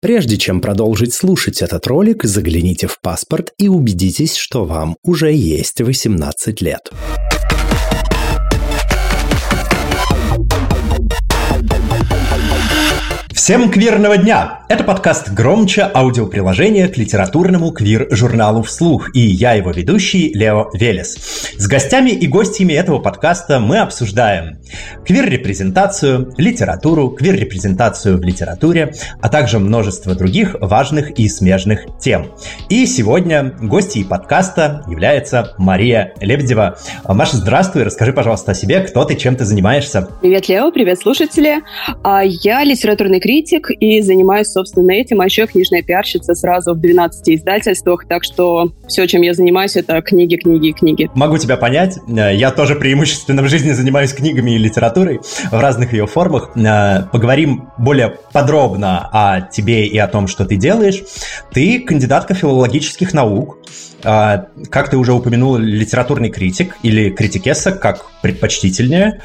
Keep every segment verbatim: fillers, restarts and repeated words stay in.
Прежде чем продолжить слушать этот ролик, загляните в паспорт и убедитесь, что вам уже есть восемнадцать лет. Всем квирного дня! Это подкаст «Громче» аудиоприложения к литературному квир-журналу «Вслух», и я его ведущий Лео Велес. С гостями и гостями этого подкаста мы обсуждаем квир-репрезентацию, литературу, квир-репрезентацию в литературе, а также множество других важных и смежных тем. И сегодня гостьей подкаста является Мария Лебедева. Маша, здравствуй, расскажи, пожалуйста, о себе, кто ты, чем ты занимаешься. Привет, Лео, привет, слушатели. Я литературный критик и занимаюсь, собственно, этим, а еще книжная пиарщица сразу в двенадцати издательствах, так что все, чем я занимаюсь, это книги, книги и книги. Могу тебя понять, я тоже преимущественно в жизни занимаюсь книгами и литературой в разных ее формах. Поговорим более подробно о тебе и о том, что ты делаешь. Ты кандидатка филологических наук, как ты уже упомянул, литературный критик или критикесса, как предпочтительнее.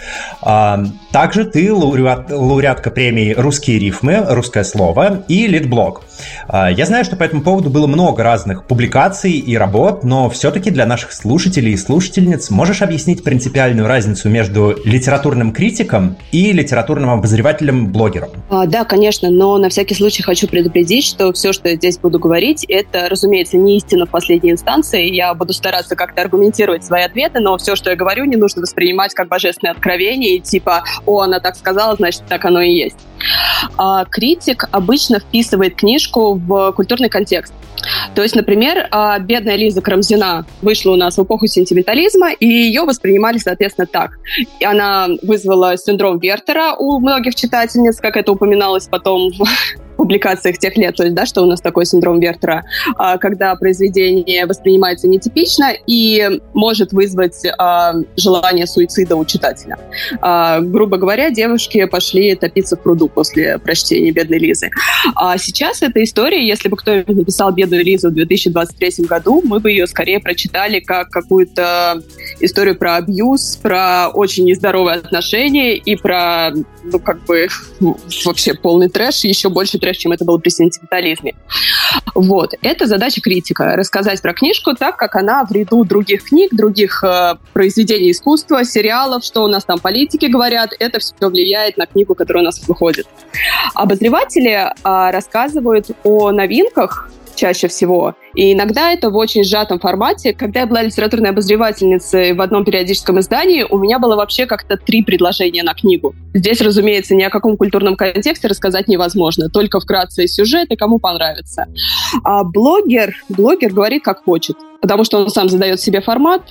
Также ты лауреат, лауреатка премии «Русские рифмы», «Русское слово» и «Литблог». Я знаю, что по этому поводу было много разных публикаций и работ, но все-таки для наших слушателей и слушательниц можешь объяснить принципиальную разницу между литературным критиком и литературным обозревателем-блогером? А, да, конечно, но на всякий случай хочу предупредить, что все, что я здесь буду говорить, это, разумеется, не истина в последней инстанции. Я буду стараться как-то аргументировать свои ответы, но все, что я говорю, не нужно воспринимать как божественное откровение и типа «О, она так сказала, значит, так оно и есть». А критик обычно вписывает книжку в культурный контекст. То есть, например, «Бедная Лиза Карамзина» вышла у нас в эпоху сентиментализма, и ее воспринимали, соответственно, так. И она вызвала синдром Вертера у многих читательниц, как это упоминалось потом в публикациях тех лет, то есть, да, что у нас такой синдром Вертера, когда произведение воспринимается нетипично и может вызвать а, желание суицида у читателя. А, грубо говоря, девушки пошли топиться в пруду после прочтения «Бедной Лизы». А сейчас эта история, если бы кто-нибудь написал «Бедную Лизу» в две тысячи двадцать третьем году, мы бы ее скорее прочитали как какую-то историю про абьюз, про очень нездоровые отношения и про, ну, как бы, вообще полный трэш, еще больше трэш, чем это было при сентиментализме. Вот. Это задача критика. Рассказать про книжку так, как она в ряду других книг, других э, произведений искусства, сериалов, что у нас там политики говорят, это все влияет на книгу, которая у нас выходит. Обозреватели э, рассказывают о новинках чаще всего. И иногда это в очень сжатом формате. Когда я была литературной обозревательницей в одном периодическом издании, у меня было вообще как-то три предложения на книгу. Здесь, разумеется, ни о каком культурном контексте рассказать невозможно. Только вкратце сюжет и кому понравится. А блогер, блогер говорит, как хочет. Потому что он сам задает себе формат.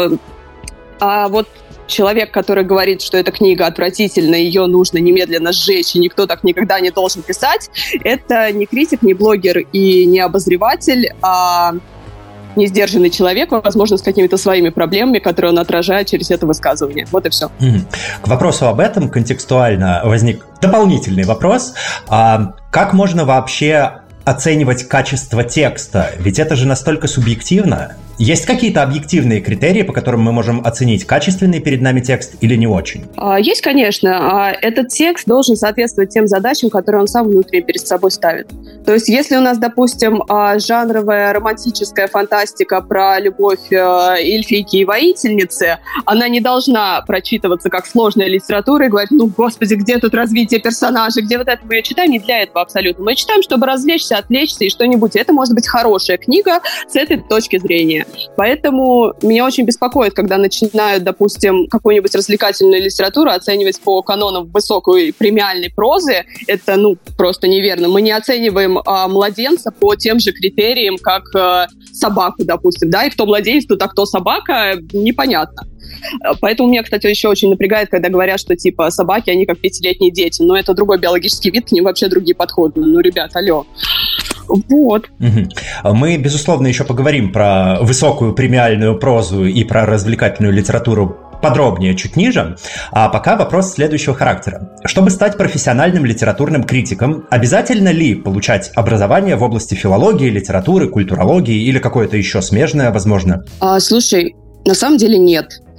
А вот человек, который говорит, что эта книга отвратительна, ее нужно немедленно сжечь, и никто так никогда не должен писать, это не критик, не блогер и не обозреватель, а несдержанный человек, возможно, с какими-то своими проблемами, которые он отражает через это высказывание. Вот и все. К вопросу об этом контекстуально возник дополнительный вопрос. А как можно вообще оценивать качество текста? Ведь это же настолько субъективно. Есть какие-то объективные критерии, по которым мы можем оценить, качественный перед нами текст или не очень? Есть, конечно. Этот текст должен соответствовать тем задачам, которые он сам внутри перед собой ставит. То есть, если у нас, допустим, жанровая романтическая фантастика про любовь эльфийки и воительницы, она не должна прочитываться как сложная литература и говорить, ну, господи, где тут развитие персонажей, где вот это мы ее читаем? Не для этого абсолютно. Мы читаем, чтобы развлечься, отвлечься и что-нибудь. Это может быть хорошая книга с этой точки зрения. Поэтому меня очень беспокоит, когда начинают, допустим, какую-нибудь развлекательную литературу оценивать по канонам высокой премиальной прозы. Это, ну, просто неверно. Мы не оцениваем а, младенца по тем же критериям, как а, собаку, допустим, да, и кто младенец, тут, а кто собака, непонятно. Поэтому меня, кстати, еще очень напрягает, когда говорят, что, типа, собаки, они как пятилетние дети. Но это другой биологический вид, к ним вообще другие подходы. Ну, ребят, алло. Вот. Угу. Мы, безусловно, еще поговорим про высокую премиальную прозу и про развлекательную литературу подробнее чуть ниже. А пока вопрос следующего характера. Чтобы стать профессиональным литературным критиком, обязательно ли получать образование в области филологии, литературы, культурологии или какое-то еще смежное, возможно? А, слушай, на самом деле нет.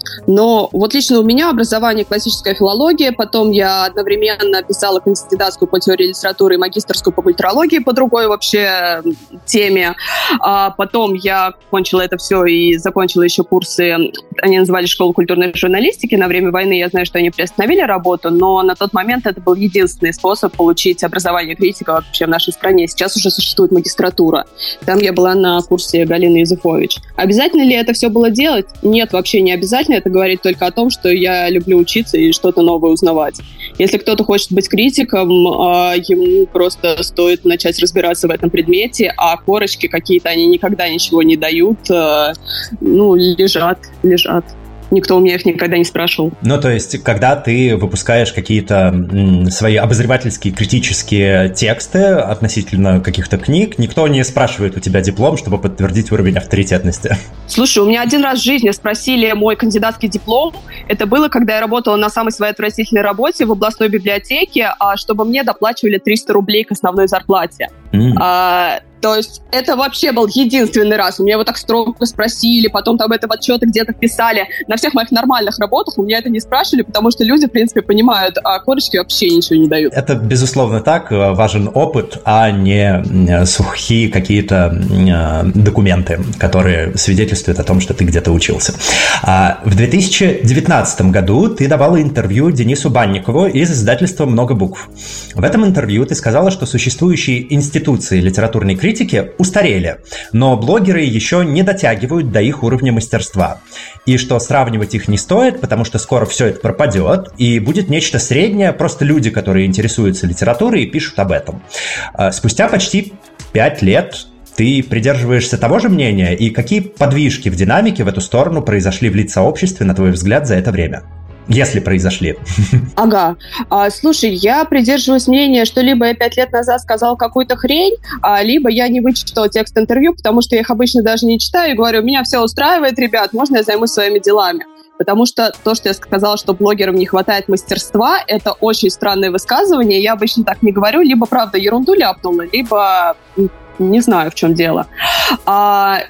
Но вот лично у меня образование классическая филология, потом я одновременно писала кандидатскую по теории литературы и магистерскую по культурологии по другой вообще теме. А потом я кончила это все и закончила еще курсы, они назывались «Школа культурной журналистики». На время войны я знаю, что они приостановили работу, но на тот момент это был единственный способ получить образование критика вообще в нашей стране. Сейчас уже существует магистратура. Там я была на курсе Галины Юзефович. Обязательно ли это все было делать? Нет, вообще не обязательно. Это говорит только о том, что я люблю учиться и что-то новое узнавать. Если кто-то хочет быть критиком, ему просто стоит начать разбираться в этом предмете, а корочки какие-то, они никогда ничего не дают. Ну, лежат, лежат. Никто у меня их никогда не спрашивал. Ну, то есть, когда ты выпускаешь какие-то м, свои обозревательские, критические тексты относительно каких-то книг, никто не спрашивает у тебя диплом, чтобы подтвердить уровень авторитетности. Слушай, у меня один раз в жизни спросили мой кандидатский диплом. Это было, когда я работала на самой своей отвратительной работе в областной библиотеке, чтобы мне доплачивали триста рублей к основной зарплате. Mm. А, то есть это вообще был единственный раз. У меня его так строго спросили, потом там это в отчеты где-то писали. На всех моих нормальных работах у меня это не спрашивали, потому что люди, в принципе, понимают, а корочки вообще ничего не дают. Это, безусловно, так. Важен опыт, а не сухие какие-то документы, которые свидетельствуют о том, что ты где-то учился. В две тысячи девятнадцатом году ты давала интервью Денису Банникову из издательства «Много букв». В этом интервью ты сказала, что существующие институции литературной критики устарели, но блогеры еще не дотягивают до их уровня мастерства. И что сравнивать их не стоит, потому что скоро все это пропадет, и будет нечто среднее, просто люди, которые интересуются литературой, пишут об этом. Спустя почти пять лет ты придерживаешься того же мнения, и какие подвижки в динамике в эту сторону произошли в лит-сообществе, на твой взгляд, за это время? Если произошли. Ага. А, слушай, я придерживаюсь мнения, что либо я пять лет назад сказал какую-то хрень, а, либо я не вычитала текст интервью, потому что я их обычно даже не читаю, и говорю, меня все устраивает, ребят, можно я займусь своими делами? Потому что то, что я сказала, что блогерам не хватает мастерства, это очень странное высказывание. Я обычно так не говорю, либо, правда, ерунду ляпнула, либо не знаю, в чем дело. А,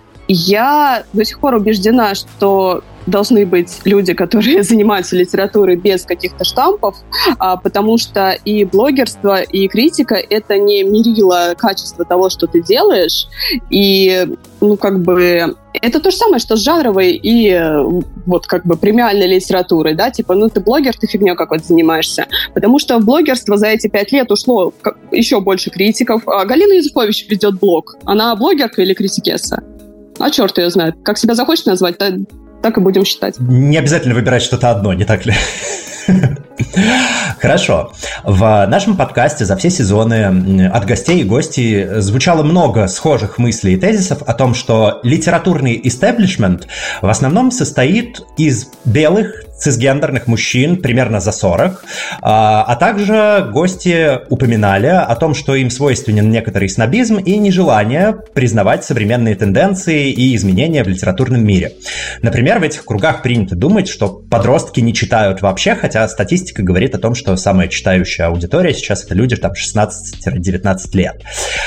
я до сих пор убеждена, что должны быть люди, которые занимаются литературой без каких-то штампов, а, потому что и блогерство, и критика — это не мерило качества того, что ты делаешь, и, ну, как бы, это то же самое, что с жанровой и вот как бы премиальной литературой, да, типа, ну, ты блогер, ты фигней какой-то занимаешься, потому что в блогерство за эти пять лет ушло еще больше критиков. А Галина Юзефович ведет блог. Она блогерка или критикесса? А черт ее знает. Как себя захочет назвать, то так и будем считать. Не обязательно выбирать что-то одно, не так ли? Хорошо. В нашем подкасте за все сезоны от гостей и гостей звучало много схожих мыслей и тезисов о том, что литературный истеблишмент в основном состоит из белых цисгендерных мужчин примерно за сорок, а также гости упоминали о том, что им свойственен некоторый снобизм и нежелание признавать современные тенденции и изменения в литературном мире. Например, в этих кругах принято думать, что подростки не читают вообще, хотя статистика говорит о том, что самая читающая аудитория сейчас это люди там шестнадцать-девятнадцать лет.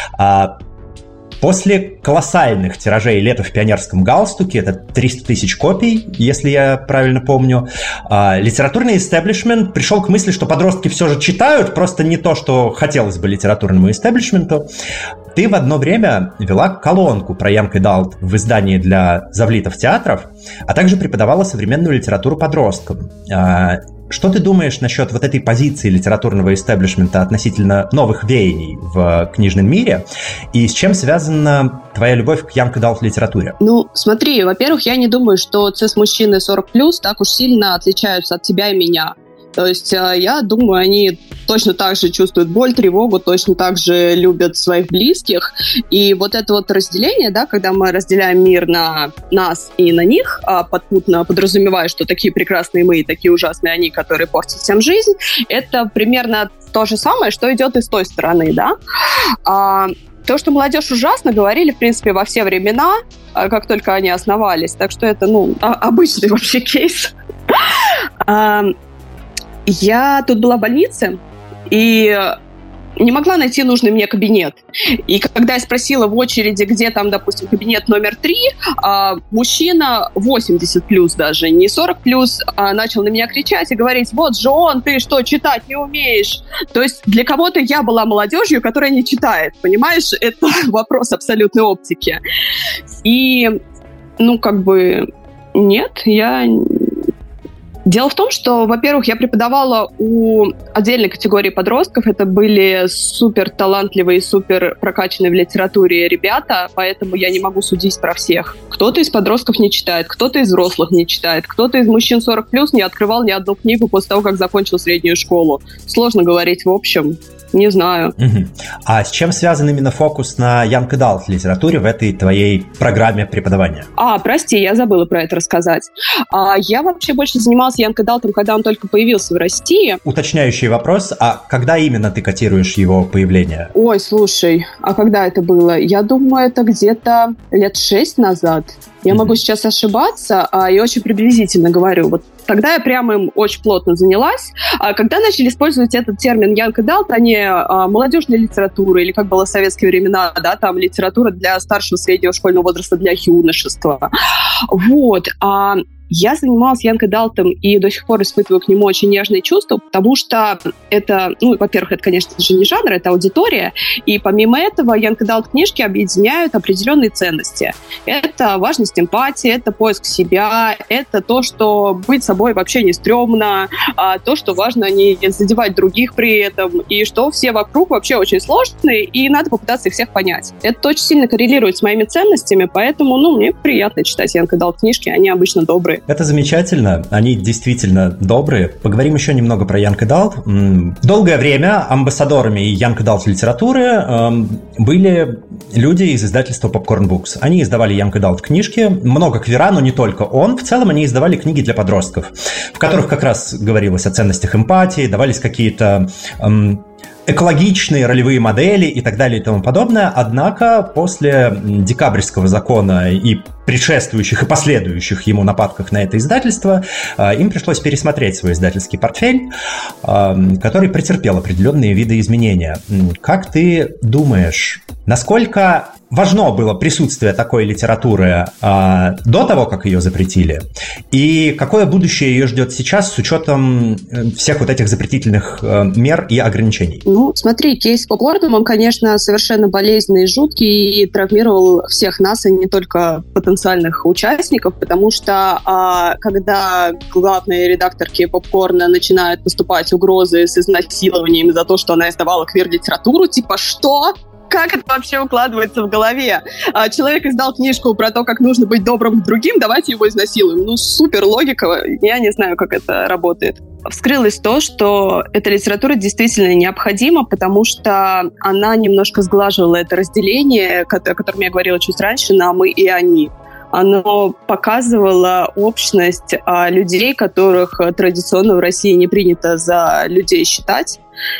После колоссальных тиражей «Лето в пионерском галстуке», это триста тысяч копий, если я правильно помню, литературный истеблишмент пришел к мысли, что подростки все же читают, просто не то, что хотелось бы литературному истеблишменту. Ты в одно время вела колонку про Янг Адалт в издании для завлитов театров, а также преподавала современную литературу подросткам. Что ты думаешь насчет вот этой позиции литературного истеблишмента относительно новых веяний в книжном мире? И с чем связана твоя любовь к Янг Адалт литературе? Ну, смотри, во-первых, я не думаю, что цис-мужчины сорок плюс так уж сильно отличаются от тебя и меня. То есть я думаю, они точно так же чувствуют боль, тревогу, точно так же любят своих близких. И вот это вот разделение, да, когда мы разделяем мир на нас и на них, подпутно подразумевая, что такие прекрасные мы и такие ужасные они, которые портят всем жизнь, это примерно то же самое, что идет и с той стороны, да. А, то, что молодежь ужасно, говорили, в принципе, во все времена, как только они основались. Так что это, ну, обычный вообще кейс. Я тут была в больнице, и не могла найти нужный мне кабинет. И когда я спросила в очереди, где там, допустим, кабинет номер три, а, мужчина восемьдесят плюс даже, не сорок плюс, а, начал на меня кричать и говорить: вот же он, ты что, читать не умеешь? То есть для кого-то я была молодежью, которая не читает, понимаешь? Это вопрос абсолютной оптики. И, ну, как бы, нет, я... Дело в том, что, во-первых, я преподавала у отдельной категории подростков. Это были супер талантливые, супер прокачанные в литературе ребята, поэтому я не могу судить про всех. Кто-то из подростков не читает, кто-то из взрослых не читает, кто-то из мужчин сорок плюс не открывал ни одну книгу после того, как закончил среднюю школу. Сложно говорить в общем. Не знаю. Угу. А с чем связан именно фокус на Young Adult литературе в этой твоей программе преподавания? А, прости, я забыла про это рассказать. А, я вообще больше занималась Young Adult, когда он только появился в России. Уточняющий вопрос, а когда именно ты котируешь его появление? Ой, слушай, а когда это было? Я думаю, это где-то лет шесть назад. Я mm-hmm. могу сейчас ошибаться, а, и очень приблизительно говорю. Вот тогда я прямо им очень плотно занялась. А когда начали использовать этот термин Young Adult, а не а, молодежная литература, или как было в советские времена, да, там литература для старшего среднего школьного возраста, для юношества. Вот. А я занималась Young Adult и до сих пор испытываю к нему очень нежные чувства, потому что это, ну, во-первых, это, конечно же, не жанр, это аудитория, и помимо этого Young Adult книжки объединяют определенные ценности. Это важность эмпатии, это поиск себя, это то, что быть собой вообще не стрёмно, а то, что важно не задевать других при этом, и что все вокруг вообще очень сложные, и надо попытаться их всех понять. Это очень сильно коррелирует с моими ценностями, поэтому, ну, мне приятно читать Young Adult книжки, они обычно добрые. Это замечательно, они действительно добрые. Поговорим еще немного про Young Adult. Долгое время амбассадорами Young Adult литературы э, были люди из издательства Popcorn Books. Они издавали Young Adult книжки, много квира, но не только он. В целом они издавали книги для подростков, в которых как раз говорилось о ценностях эмпатии, давались какие-то... Эм, экологичные ролевые модели и так далее и тому подобное. Однако после декабрьского закона и предшествующих и последующих ему нападках на это издательство, им пришлось пересмотреть свой издательский портфель, который претерпел определенные виды изменения. Как ты думаешь, насколько важно было присутствие такой литературы а, до того, как ее запретили, и какое будущее ее ждет сейчас с учетом всех вот этих запретительных а, мер и ограничений? Ну, смотри, кейс с Попкорном, он, конечно, совершенно болезненный, жуткий и травмировал всех нас, и не только потенциальных участников, потому что а, когда главные редакторки Попкорна начинают поступать угрозы с изнасилованием за то, что она издавала квир-литературу, типа «что?», как это вообще укладывается в голове? А, человек издал книжку про то, как нужно быть добрым к другим, давайте его изнасилуем. Ну, супер логика, я не знаю, как это работает. Вскрылось то, что эта литература действительно необходима, потому что она немножко сглаживала это разделение, о котором я говорила чуть раньше, на «мы» и «они». Оно показывало общность а, людей, которых традиционно в России не принято за людей считать.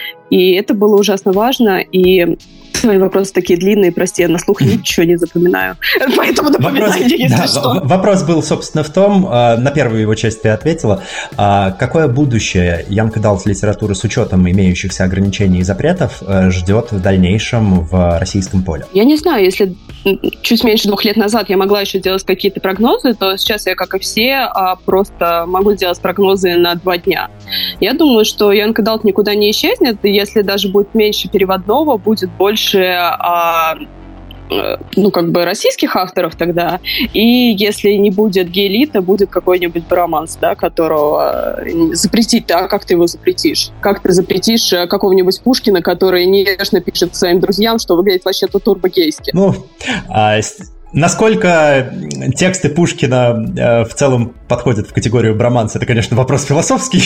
И это было ужасно важно, и твои вопросы такие длинные, прости, я на слух ничего не запоминаю. Поэтому напоминаю, если да, что. Вопрос был, собственно, в том, на первую его часть ты ответила, какое будущее Young Adult литературы с учетом имеющихся ограничений и запретов ждет в дальнейшем в российском поле? Я не знаю, если чуть меньше двух лет назад я могла еще делать какие-то прогнозы, то сейчас я, как и все, просто могу делать прогнозы на два дня. Я думаю, что Young Adult никуда не исчезнет, и если даже будет меньше переводного, будет больше а, ну, как бы российских авторов тогда, и если не будет гей-элита, будет какой-нибудь романс, да, которого запретить-то, а как ты его запретишь? Как ты запретишь какого-нибудь Пушкина, который нежно пишет своим друзьям, что выглядит вообще-то турбо-гейски? Ну, а... Насколько тексты Пушкина э, в целом подходят в категорию броманс, это, конечно, вопрос философский.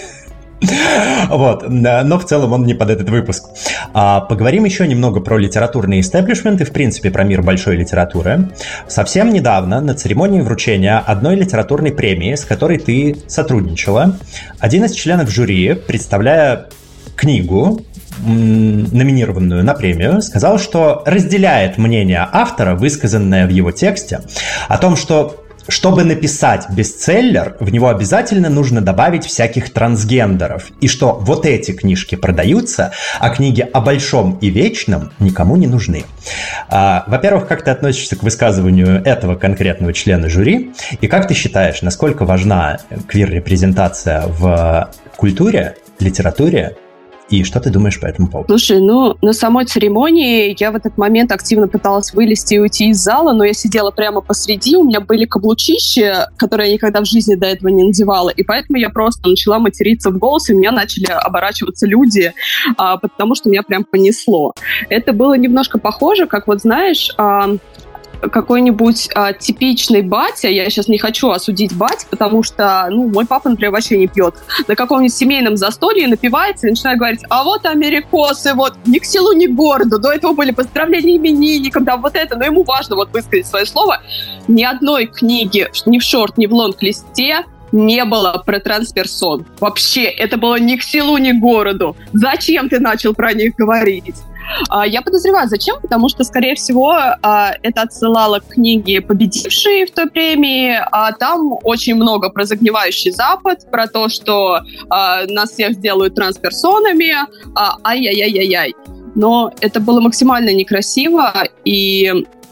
Вот, но в целом он не под этот выпуск. А, поговорим еще немного про литературный истеблишмент и, в принципе, про мир большой литературы. Совсем недавно на церемонии вручения одной литературной премии, с которой ты сотрудничала, один из членов жюри, представляя книгу, номинированную на премию, сказал, что разделяет мнение автора, высказанное в его тексте, о том, что чтобы написать бестселлер, в него обязательно нужно добавить всяких трансгендеров. И что вот эти книжки продаются, а книги о большом и вечном никому не нужны. А, во-первых, как ты относишься к высказыванию этого конкретного члена жюри? И как ты считаешь, насколько важна квир-репрезентация в культуре, литературе? И что ты думаешь по этому поводу? Слушай, ну, на самой церемонии я в этот момент активно пыталась вылезти и уйти из зала, но я сидела прямо посреди, у меня были каблучища, которые я никогда в жизни до этого не надевала, и поэтому я просто начала материться в голос, и у меня начали оборачиваться люди, а, потому что меня прям понесло. Это было немножко похоже, как вот, знаешь... А, какой-нибудь а, типичный батя, я сейчас не хочу осудить бать, потому что, ну, мой папа, например, вообще не пьет, на каком-нибудь семейном застолье напивается и начинает говорить, а вот америкосы, вот, ни к селу, ни к городу, до этого были поздравления именинникам, да, вот это, но ему важно вот высказать свое слово. Ни одной книги, ни в шорт, ни в лонг-листе не было про трансперсон. Вообще, это было ни к селу, ни к городу. Зачем ты начал про них говорить? Я подозреваю, зачем, потому что, скорее всего, это отсылало к книге, победившей в той премии, а там очень много про загнивающий Запад, про то, что нас всех сделают трансперсонами, ай-яй-яй-яй-яй. Но это было максимально некрасиво, и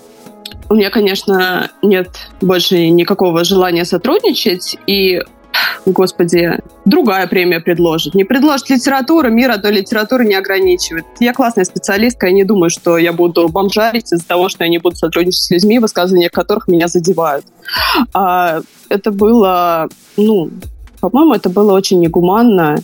у меня, конечно, нет больше никакого желания сотрудничать, и... Господи, другая премия предложит. Не предложит литература, мир одной литературы не ограничивает. Я классная специалистка, я не думаю, что я буду бомжарить из-за того, что я не буду сотрудничать с людьми, высказывания которых меня задевают. А, это было, ну, по-моему, это было очень негуманно,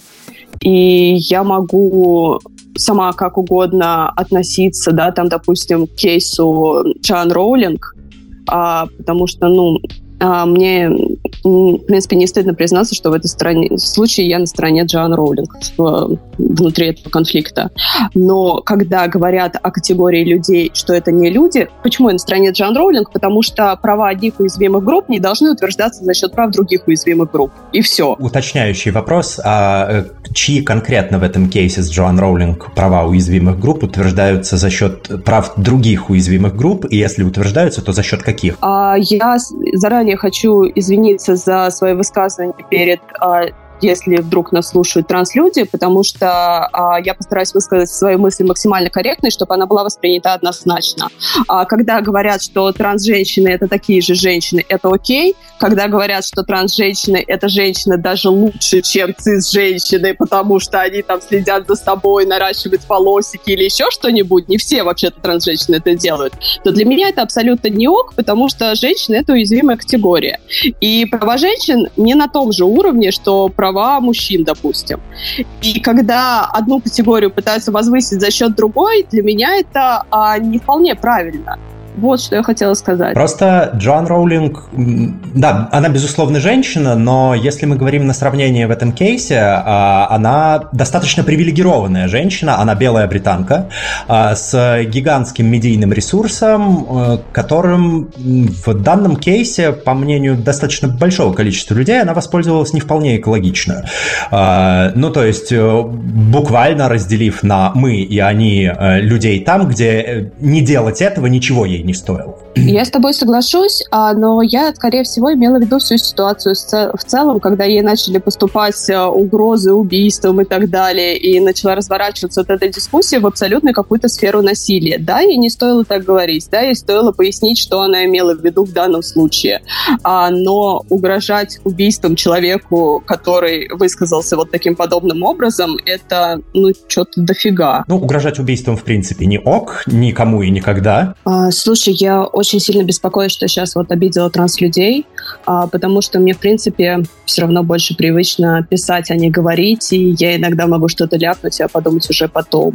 и я могу сама как угодно относиться, да, там, допустим, к кейсу Джоан Роулинг, а, потому что, ну, а, мне... В принципе, не стыдно признаться, что в этой стране, в случае я на стороне Джоан Роулинг в, внутри этого конфликта. Но когда говорят о категории людей, что это не люди, почему я на стороне Джоан Роулинг? Потому что права одних уязвимых групп не должны утверждаться за счет прав других уязвимых групп. И все. Уточняющий вопрос. А чьи конкретно в этом кейсе с Джоан Роулинг права уязвимых групп утверждаются за счет прав других уязвимых групп? И если утверждаются, то за счет каких? А, я заранее хочу извиниться за свои высказывания перед, если вдруг нас слушают транслюди, потому что а, я постараюсь высказать свои мысли максимально корректно, чтобы она была воспринята однозначно. А, когда говорят, что транс-женщины — это такие же женщины, это окей. Когда говорят, что транс-женщины — это женщины даже лучше, чем цис-женщины, потому что они там следят за собой, наращивают волосики или еще что-нибудь, не все вообще-то транс-женщины это делают, то для меня это абсолютно не ок, потому что женщины — это уязвимая категория. И права женщин не на том же уровне, что права права мужчин, допустим. И когда одну категорию пытаются возвысить за счет другой, для меня это а, не вполне правильно. Вот что я хотела сказать. Просто Джоан Роулинг, да, она, безусловно, женщина, но если мы говорим на сравнение в этом кейсе, она достаточно привилегированная женщина, она белая британка, с гигантским медийным ресурсом, которым в данном кейсе, по мнению достаточно большого количества людей, она воспользовалась не вполне экологично. Ну, то есть, буквально разделив на «мы» и «они» людей там, где не делать этого ничего ей не стоило. Я с тобой соглашусь, но я, скорее всего, имела в виду всю ситуацию в целом, когда ей начали поступать угрозы убийством и так далее, и начала разворачиваться вот эта дискуссия в абсолютно какую-то сферу насилия. Да, ей не стоило так говорить, да, ей стоило пояснить, что она имела в виду в данном случае. Но угрожать убийством человеку, который высказался вот таким подобным образом, это, ну, что-то дофига. Ну, угрожать убийством, в принципе, не ок, никому и никогда. А, слушай, я очень сильно беспокоюсь, что сейчас вот обидела транслюдей, а, потому что мне, в принципе, все равно больше привычно писать, а не говорить, и я иногда могу что-то ляпнуть, а подумать уже потом.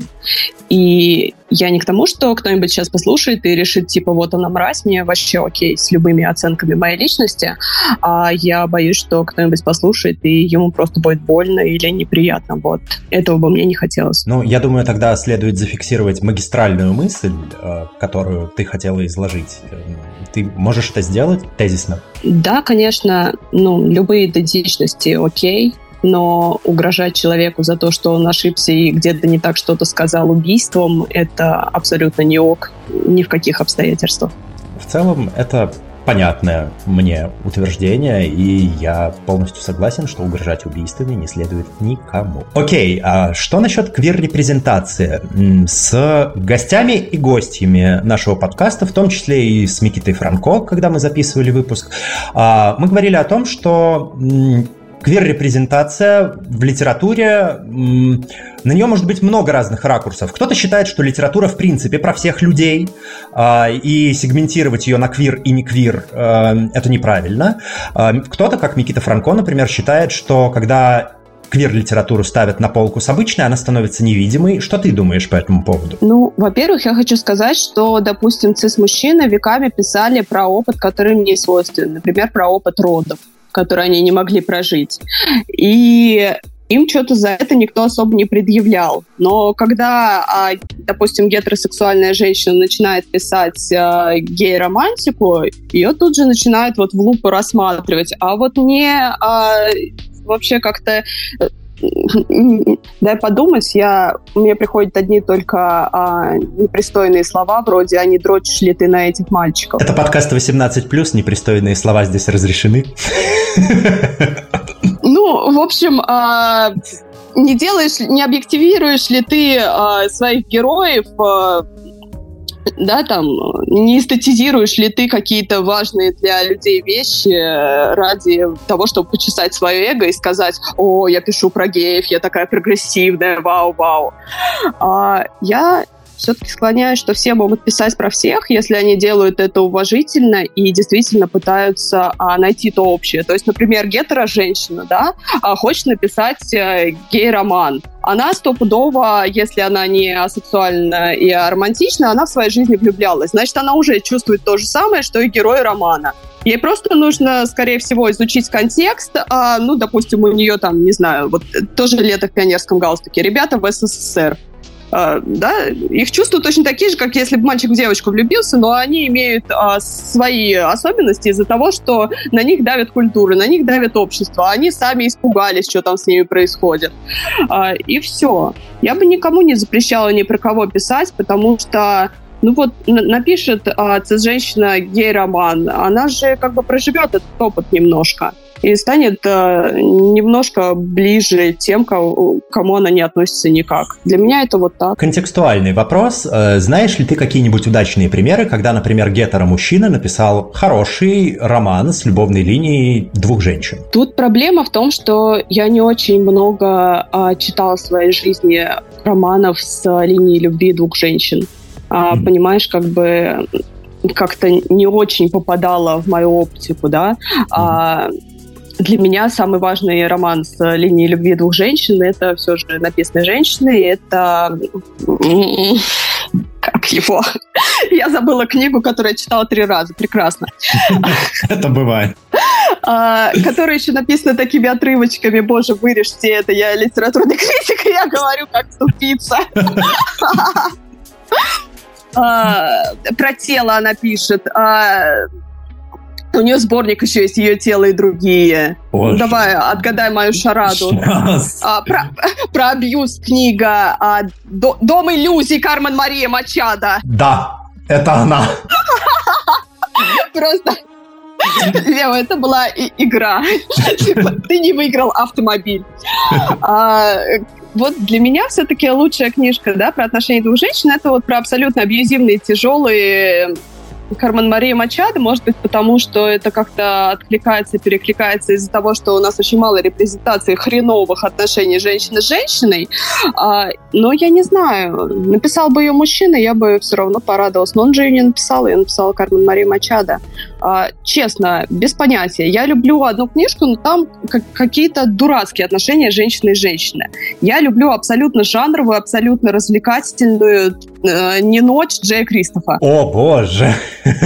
И я не к тому, что кто-нибудь сейчас послушает и решит, типа, вот она мразь, мне вообще окей с любыми оценками моей личности, а я боюсь, что кто-нибудь послушает, и ему просто будет больно или неприятно. Вот. Этого бы мне не хотелось. Ну, я думаю, тогда следует зафиксировать магистральную мысль, которую ты хотела изложить. Ты можешь это сделать тезисно? Да, конечно. Ну, любые идентичности окей, но угрожать человеку за то, что он ошибся и где-то не так что-то сказал убийством, это абсолютно не ок ни в каких обстоятельствах. В целом, это понятное мне утверждение, и я полностью согласен, что угрожать убийствами не следует никому. Окей, а что насчет квир-репрезентации? С гостями и гостями нашего подкаста, в том числе и с Микитой Франко, когда мы записывали выпуск, мы говорили о том, что квир-репрезентация в литературе, на нее может быть много разных ракурсов. Кто-то считает, что литература в принципе про всех людей, и сегментировать ее на квир и не квир – это неправильно. Кто-то, как Микита Франко, например, считает, что когда квир-литературу ставят на полку с обычной, она становится невидимой. Что ты думаешь по этому поводу? Ну, во-первых, я хочу сказать, что, допустим, цис-мужчины веками писали про опыт, который им не свойственен. Например, про опыт родов, которые они не могли прожить. И им что-то за это никто особо не предъявлял. Но когда, допустим, гетеросексуальная женщина начинает писать гей-романтику, ее тут же начинают вот в лупу рассматривать. А вот мне вообще как-то... Дай подумать, я, мне приходят одни только а, непристойные слова, вроде «а не дрочишь ли ты на этих мальчиков?». Это подкаст восемнадцать плюс, непристойные слова здесь разрешены. Ну, в общем, а, не делаешь, не объективируешь ли ты а, своих героев, а, да, там, не эстетизируешь ли ты какие-то важные для людей вещи ради того, чтобы почесать свое эго и сказать: «О, я пишу про геев, я такая прогрессивная, вау-вау». А я все-таки склоняюсь, что все могут писать про всех, если они делают это уважительно и действительно пытаются а, найти то общее. То есть, например, гетеро-женщина, да, а, хочет написать э, гей-роман. Она стопудово, если она не асексуальна и аромантична, она в своей жизни влюблялась. Значит, она уже чувствует то же самое, что и герой романа. Ей просто нужно, скорее всего, изучить контекст. А, ну, допустим, у нее там, не знаю, вот тоже лето в пионерском галстуке. Ребята в СССР. Uh, да, их чувства точно такие же, как если бы мальчик в девочку влюбился, но они имеют uh, свои особенности из-за того, что на них давит культура, на них давит общество. Они сами испугались, что там с ними происходит. Uh, и все. Я бы никому не запрещала ни про кого писать, потому что, ну вот, н- напишет uh, цис-женщина гей-роман, она же как бы проживет этот опыт немножко и станет э, немножко ближе тем, кому, кому она не относится никак. Для меня это вот так. Контекстуальный вопрос. Знаешь ли ты какие-нибудь удачные примеры, когда, например, гетеро-мужчина написал хороший роман с любовной линией двух женщин? Тут проблема в том, что я не очень много э, читала в своей жизни романов с линией любви двух женщин. А, mm-hmm. Понимаешь, как бы как-то не очень попадала в мою оптику, да? Mm-hmm. А, Для меня самый важный роман с линией любви двух женщин — это все же «Написанные женщины». Это... Как его? Я забыла книгу, которую я читала три раза. Прекрасно. Это бывает. Которая еще написана такими отрывочками. Боже, вырежьте это. Я литературный критик, и я говорю как тупица. Про тело она пишет. У нее сборник еще есть «Ее тело и другие». Боже. Давай, отгадай мою шараду. А, про, про абьюз книга а, «Дом иллюзий» Кармен Мария Мачадо. Да, это она. Просто... Лео, это была и- игра. Ты не выиграл автомобиль. А, вот для меня все-таки лучшая книжка, да, про отношения двух женщин, это вот про абсолютно абьюзивные, тяжелые... Кармен Мария Мачадо, может быть, потому что это как-то откликается, перекликается из-за того, что у нас очень мало репрезентации хреновых отношений женщины с женщиной. А, но я не знаю. Написал бы ее мужчина, я бы все равно порадовалась. Но он же ее не написал, я написала Кармен Мария Мачадо. А, честно, без понятия. Я люблю одну книжку, но там как- какие-то дурацкие отношения женщины и женщины. Я люблю абсолютно жанровую, абсолютно развлекательную э, «Не ночь» Джея Кристофа. О, боже!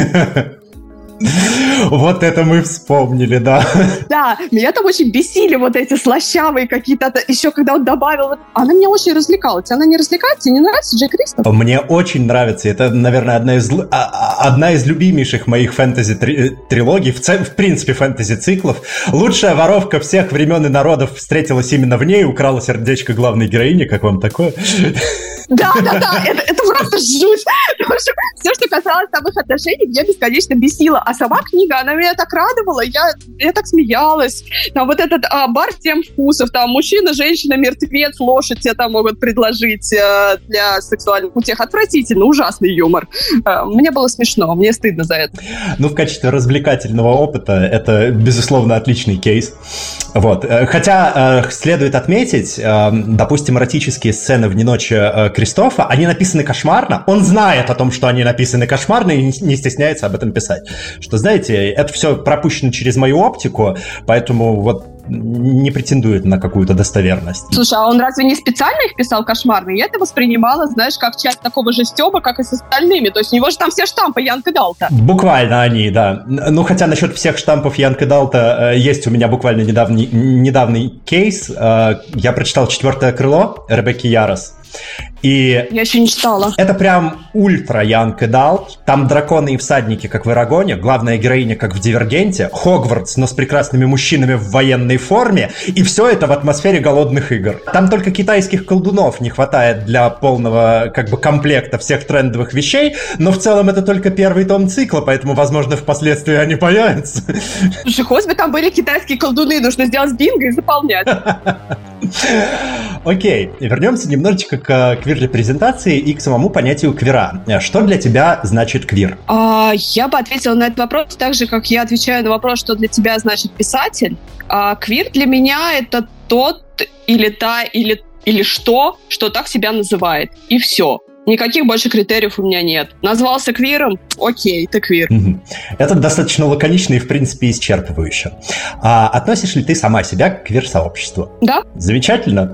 Вот это мы вспомнили, да. Да, меня там очень бесили вот эти слащавые какие-то... Еще когда он добавил... Она меня очень развлекала. Тебя она не развлекает? Тебе не нравится Джей Кристоф? Мне очень нравится. Это, наверное, одна из, одна из любимейших моих фэнтези-трилогий, в, в принципе, фэнтези-циклов. Лучшая воровка всех времен и народов встретилась именно в ней, украла сердечко главной героини. Как вам такое? Да, да, да, это, это просто жуть. Все, что касается касалось там их отношений, меня бесконечно бесило. А сама книга, она меня так радовала, я, я так смеялась. Там вот этот а, бар семь вкусов, там мужчина, женщина, мертвец, лошадь тебе там могут предложить а, для сексуальных утех. Отвратительно, ужасный юмор. А, мне было смешно, мне стыдно за это. Ну, в качестве развлекательного опыта это, безусловно, отличный кейс. Вот. Хотя э, следует отметить, э, допустим, эротические сцены «Вне ночи» э, Кристофа, они написаны кошмарно. Он знает о том, что они написаны кошмарно, и не стесняется об этом писать. Что, знаете, это все пропущено через мою оптику, поэтому вот не претендует на какую-то достоверность. Слушай, а он разве не специально их писал кошмарные? Я это воспринимала, знаешь, как часть такого же стёба, как и с остальными. То есть у него же там все штампы Янка Далта. Буквально они, да. Ну, хотя насчет всех штампов Янка Далта э, есть у меня буквально недавний, недавний кейс. Э, я прочитал «Четвертое крыло» Ребекки Ярос. И я еще не читала. Это прям ультра Янг Эдалт. Там драконы и всадники, как в Эрагоне, главная героиня, как в Дивергенте, Хогвартс, но с прекрасными мужчинами в военной форме, и все это в атмосфере голодных игр. Там только китайских колдунов не хватает для полного как бы комплекта всех трендовых вещей, но в целом это только первый том цикла, поэтому, возможно, впоследствии они появятся. Слушай, хоть бы там были китайские колдуны, нужно сделать бинго и заполнять. Окей, вернемся немножечко к квир-репрезентации и к самому понятию квира. Что для тебя значит квир? А, я бы ответила на этот вопрос так же, как я отвечаю на вопрос, что для тебя значит писатель. А, квир для меня — это тот или та, или, или что, что так себя называет. И все. Никаких больше критериев у меня нет. Назвался квиром? Окей, ты квир. Это достаточно лаконично и, в принципе, исчерпывающе. А относишь ли ты сама себя к квир-сообществу? Да. Замечательно.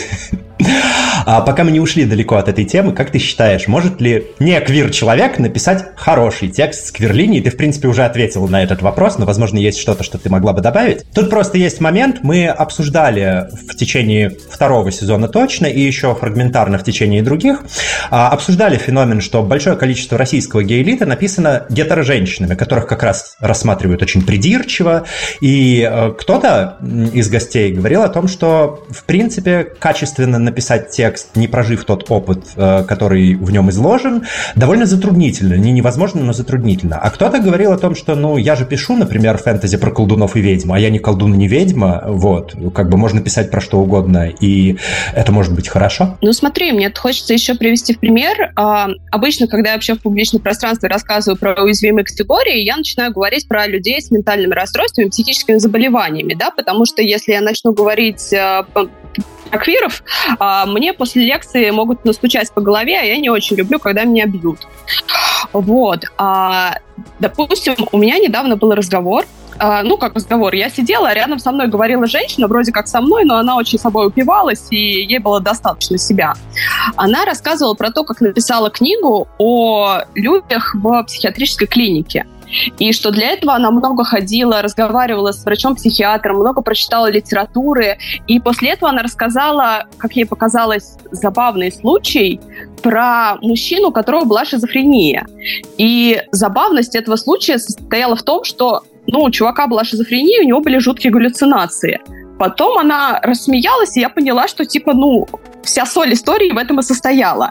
А пока мы не ушли далеко от этой темы, как ты считаешь, может ли не квир-человек написать хороший текст с квир-линией? Ты, в принципе, уже ответила на этот вопрос, но, возможно, есть что-то, что ты могла бы добавить. Тут просто есть момент, мы обсуждали в течение второго сезона точно и еще фрагментарно в течение других, обсуждали феномен, что большое количество российского гей-элита написано гетеро-женщинами, которых как раз рассматривают очень придирчиво, и кто-то из гостей говорил о том, что, в принципе, качественно написать текст, не прожив тот опыт, который в нем изложен, довольно затруднительно. Не невозможно, но затруднительно. А кто-то говорил о том, что, ну, я же пишу, например, фэнтези про колдунов и ведьм, а я не колдун и не ведьма, вот, как бы можно писать про что угодно, и это может быть хорошо. Ну, смотри, мне хочется еще привести в пример. Обычно, когда я вообще в публичном пространстве рассказываю про уязвимые категории, я начинаю говорить про людей с ментальными расстройствами, психическими заболеваниями, да, потому что если я начну говорить про квиров, мне после лекции могут настучать по голове, а я не очень люблю, когда меня бьют. Вот. Допустим, у меня недавно был разговор, ну, как разговор, я сидела, а рядом со мной говорила женщина, вроде как со мной, но она очень собой упивалась, и ей было достаточно себя. Она рассказывала про то, как написала книгу о людях в психиатрической клинике. И что для этого она много ходила, разговаривала с врачом-психиатром, много прочитала литературы. И после этого она рассказала, как ей показалось, забавный случай про мужчину, у которого была шизофрения. И забавность этого случая состояла в том, что ну, у чувака была шизофрения, у него были жуткие галлюцинации. Потом она рассмеялась, и я поняла, что типа, ну, вся соль истории в этом и состояла.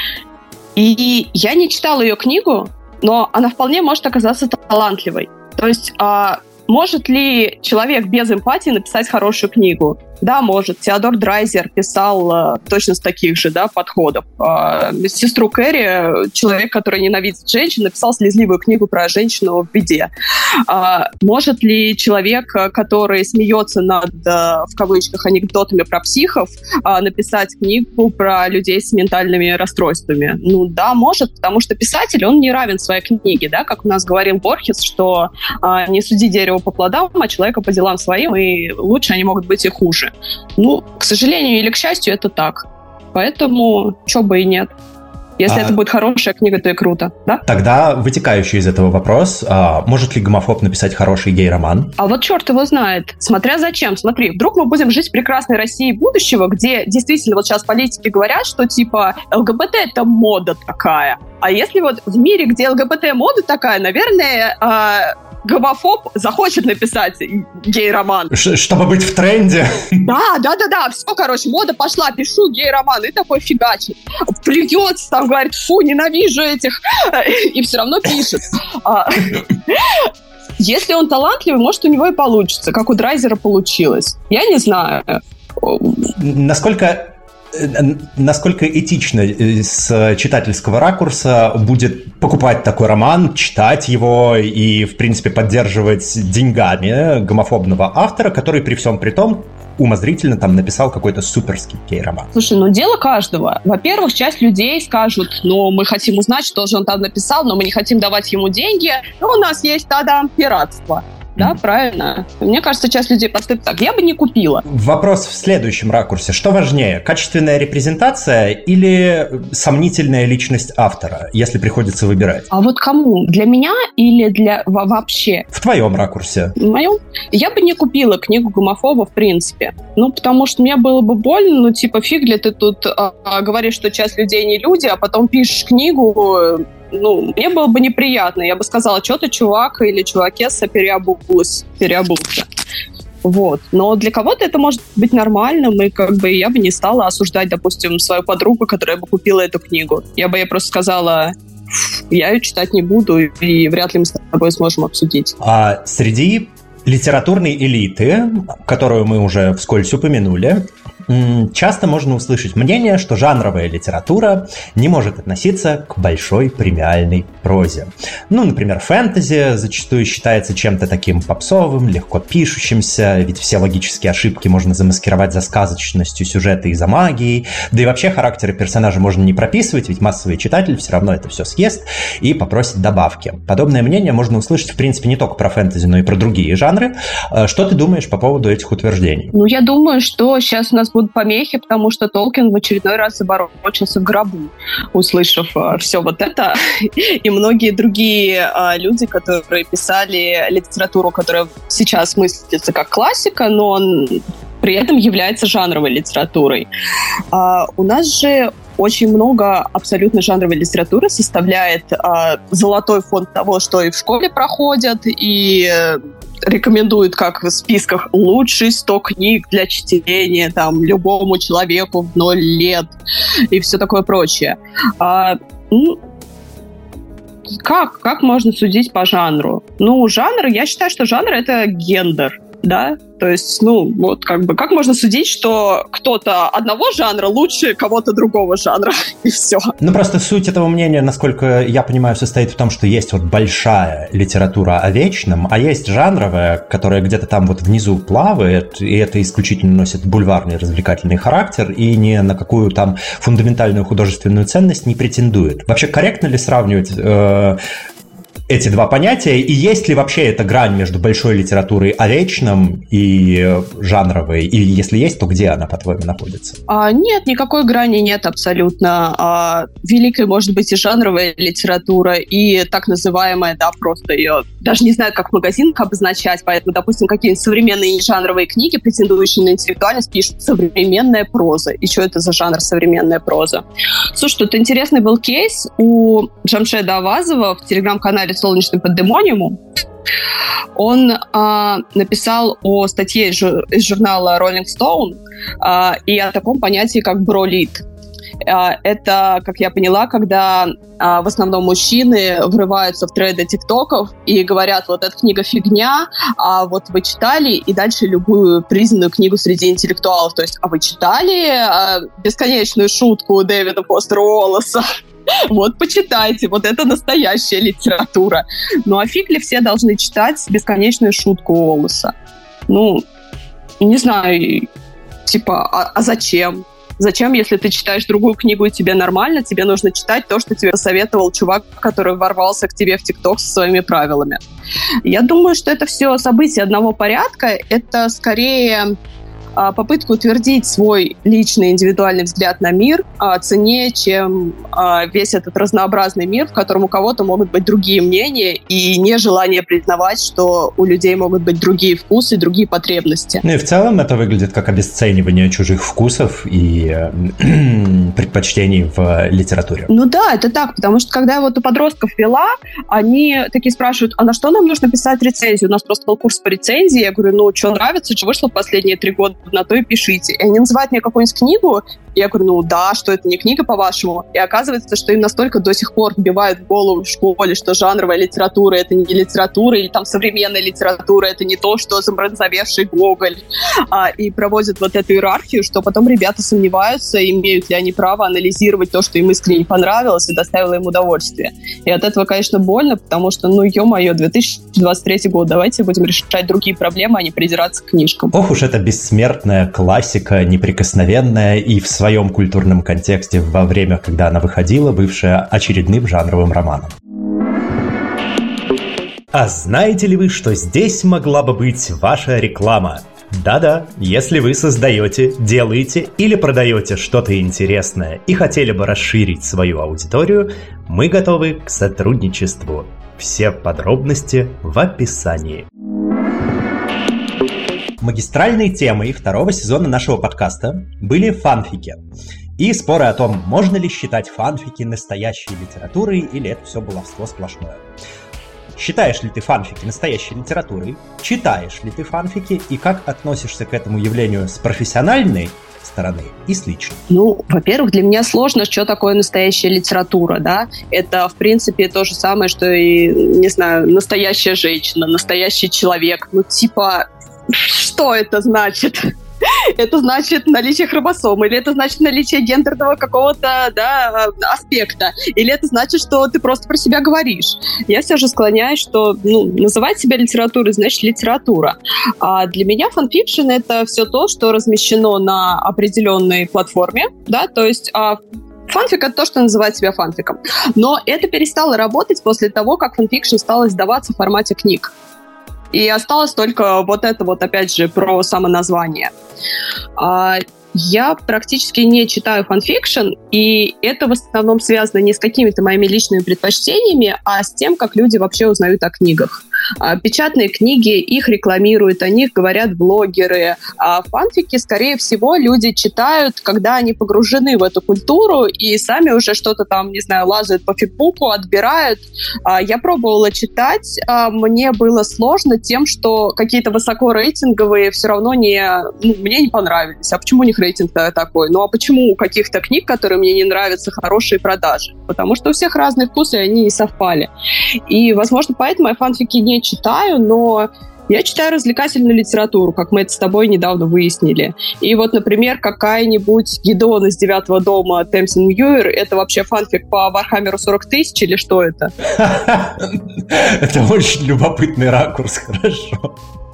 И я не читала ее книгу, но она вполне может оказаться талантливой. То есть, а, может ли человек без эмпатии написать хорошую книгу? Да, может. Теодор Драйзер писал а, точно с таких же, да, подходов. А, сестру Кэрри, человек, который ненавидит женщин, написал слезливую книгу про женщину в беде. А, может ли человек, который смеется над, в кавычках, анекдотами про психов, а, написать книгу про людей с ментальными расстройствами? Ну да, может, потому что писатель, он не равен своей книге, да, как у нас говорил Борхес, что а, не суди дерево по плодам, а человека по делам своим, и лучше они могут быть и хуже. Ну, к сожалению или к счастью, это так. Поэтому, чё бы и нет. Если а... это будет хорошая книга, то и круто, да? Тогда вытекающий из этого вопрос, а, может ли гомофоб написать хороший гей-роман? А вот черт его знает. Смотря зачем. Смотри, вдруг мы будем жить в прекрасной России будущего, где действительно вот сейчас политики говорят, что типа ЛГБТ — это мода такая. А если вот в мире, где ЛГБТ мода такая, наверное... А... гомофоб захочет написать гей-роман. Ш- чтобы быть в тренде. Да, да, да, да. Все, короче, мода пошла, пишу гей-роман. И такой фигачит. Плюется, там говорит, фу, ненавижу этих. И все равно пишет. Если он талантливый, может, у него и получится, как у Драйзера получилось. Я не знаю. Насколько... Насколько этично с читательского ракурса будет покупать такой роман, читать его и, в принципе, поддерживать деньгами гомофобного автора, который при всем при том умозрительно там написал какой-то суперский гей-роман? Слушай, ну дело каждого. Во-первых, часть людей скажут, ну, мы хотим узнать, что же он там написал, но мы не хотим давать ему деньги. Ну, у нас есть тогда пиратство. Да, правильно. Мне кажется, часть людей поступит так. Я бы не купила. Вопрос в следующем ракурсе. Что важнее, качественная репрезентация или сомнительная личность автора, если приходится выбирать? А вот кому? Для меня или для вообще? В твоем ракурсе. В моем? Я бы не купила книгу гомофоба в принципе. Ну, потому что мне было бы больно. Ну, типа, фиг ли ты тут а, говоришь, что часть людей не люди, а потом пишешь книгу... Ну, мне было бы неприятно. Я бы сказала, что ты, чувак или чувакесса, переобулась, переобулся. Вот. Но для кого-то это может быть нормальным, и как бы я бы не стала осуждать, допустим, свою подругу, которая бы купила эту книгу. Я бы ей просто сказала, я ее читать не буду, и вряд ли мы с тобой сможем обсудить. А среди литературной элиты, которую мы уже вскользь упомянули, часто можно услышать мнение, что жанровая литература не может относиться к большой премиальной прозе. Ну, например, фэнтези зачастую считается чем-то таким попсовым, легко пишущимся, ведь все логические ошибки можно замаскировать за сказочностью сюжета и за магией, да и вообще характеры персонажа можно не прописывать, ведь массовый читатель все равно это все съест и попросит добавки. Подобное мнение можно услышать, в принципе, не только про фэнтези, но и про другие жанры. Что ты думаешь по поводу этих утверждений? Ну, я думаю, что сейчас у нас будут помехи, потому что Толкин в очередной раз заборочился в гробу, услышав а, все вот это. И многие другие а, люди, которые писали литературу, которая сейчас мыслится как классика, но он при этом является жанровой литературой. А, у нас же очень много абсолютно жанровой литературы составляет а, золотой фонд того, что и в школе проходят, и рекомендуют как в списках лучшие сто книг для чтения там, любому человеку в ноль лет и все такое прочее. А, ну, как? Как можно судить по жанру? Ну, жанр, я считаю, что жанр — это гендер, да? То есть, ну, вот как бы, как можно судить, что кто-то одного жанра лучше кого-то другого жанра, и все. Ну, просто суть этого мнения, насколько я понимаю, состоит в том, что есть вот большая литература о вечном, а есть жанровая, которая где-то там вот внизу плавает, и это исключительно носит бульварный развлекательный характер, и ни на какую там фундаментальную художественную ценность не претендует. Вообще, корректно ли сравнивать... Э- эти два понятия, и есть ли вообще эта грань между большой литературой о вечном и жанровой, и если есть, то где она, по-твоему, находится? А, нет, никакой грани нет абсолютно. А, великой может быть и жанровая литература, и так называемая, да, просто ее даже не знаю, как в магазинах обозначать, поэтому, допустим, какие-нибудь современные жанровые книги, претендующие на интеллектуальность, пишут современная проза. И что это за жанр современная проза? Слушай, тут интересный был кейс у Джамшеда Авазова в телеграм-канале «Солнечный пандемониум». Он а, написал о статье из журнала Rolling Stone а, и о таком понятии, как бролит. А, это, как я поняла, когда а, в основном мужчины врываются в треды тиктоков и говорят, вот эта книга фигня, а вот вы читали, и дальше любую признанную книгу среди интеллектуалов. То есть, а вы читали а, бесконечную шутку Дэвида Фостера Уоллеса? Вот, почитайте, вот это настоящая литература. Ну, а фиг ли все должны читать бесконечную шутку Уоллеса? Ну, не знаю, типа, а, а зачем? Зачем, если ты читаешь другую книгу и тебе нормально, тебе нужно читать то, что тебе посоветовал чувак, который ворвался к тебе в ТикТок со своими правилами? Я думаю, что это все события одного порядка. Это скорее попытка утвердить свой личный индивидуальный взгляд на мир ценнее, чем весь этот разнообразный мир, в котором у кого-то могут быть другие мнения и нежелание признавать, что у людей могут быть другие вкусы и другие потребности. Ну и в целом это выглядит как обесценивание чужих вкусов и предпочтений в литературе. Ну да, это так, потому что когда я вот у подростков вела, они такие спрашивают, а на что нам нужно писать рецензию? У нас просто был курс по рецензии. Я говорю, ну, что нравится, что вышло в последние три года, на то и пишите. И они называют мне какую-нибудь книгу, и я говорю, ну да, что это не книга, по-вашему? И оказывается, что им настолько до сих пор вбивают в голову в школе, что жанровая литература — это не литература, или там современная литература — это не то, что замразовевший Гоголь. А, и проводят вот эту иерархию, что потом ребята сомневаются, имеют ли они право анализировать то, что им искренне понравилось и доставило им удовольствие. И от этого, конечно, больно, потому что, ну, ё-моё, две тысячи двадцать третий год, давайте будем решать другие проблемы, а не придираться к книжкам. Ох уж эта бессмертная классика, неприкосновенная и в своем культурном контексте во время, когда она выходила, бывшая очередным жанровым романом. А знаете ли вы, что здесь могла бы быть ваша реклама? Да-да, если вы создаете, делаете или продаете что-то интересное и хотели бы расширить свою аудиторию, мы готовы к сотрудничеству. Все подробности в описании. Магистральной темой второго сезона нашего подкаста были фанфики. И споры о том, можно ли считать фанфики настоящей литературой или это все баловство сплошное. Считаешь ли ты фанфики настоящей литературой? Читаешь ли ты фанфики? И как относишься к этому явлению с профессиональной стороны и с личной? Ну, во-первых, для меня сложно, что такое настоящая литература, да? Это, в принципе, то же самое, что и, не знаю, настоящая женщина, настоящий человек. Ну, типа, что это значит? Это значит наличие хромосом, или это значит наличие гендерного какого-то, да, аспекта, или это значит, что ты просто про себя говоришь. Я все же склоняюсь, что, ну, называть себя литературой значит литература. А для меня фанфикшн — это все то, что размещено на определенной платформе, да, то есть а, фанфик — это то, что называет себя фанфиком. Но это перестало работать после того, как фанфикшн стал издаваться в формате книг. И осталось только вот это вот, опять же, про самоназвание. Я практически не читаю фанфикшн, и это в основном связано не с какими-то моими личными предпочтениями, а с тем, как люди вообще узнают о книгах. Печатные книги, их рекламируют, о них говорят блогеры. А фанфики, скорее всего, люди читают, когда они погружены в эту культуру и сами уже что-то там, не знаю, лазают по фигбуку, отбирают. Я пробовала читать, мне было сложно тем, что какие-то высокорейтинговые все равно не, ну, мне не понравились. А почему у них рейтинг такой? Ну а почему у каких-то книг, которые мне не нравятся, хорошие продажи? Потому что у всех разные вкусы, и они не совпали. И, возможно, поэтому я фанфики не читаю, но я читаю развлекательную литературу, как мы это с тобой недавно выяснили. И вот, например, какая-нибудь Гидеон из девятого дома Тэмсин Мьюир — это вообще фанфик по Вархаммеру сорок тысяч или что это? Это очень любопытный ракурс, хорошо.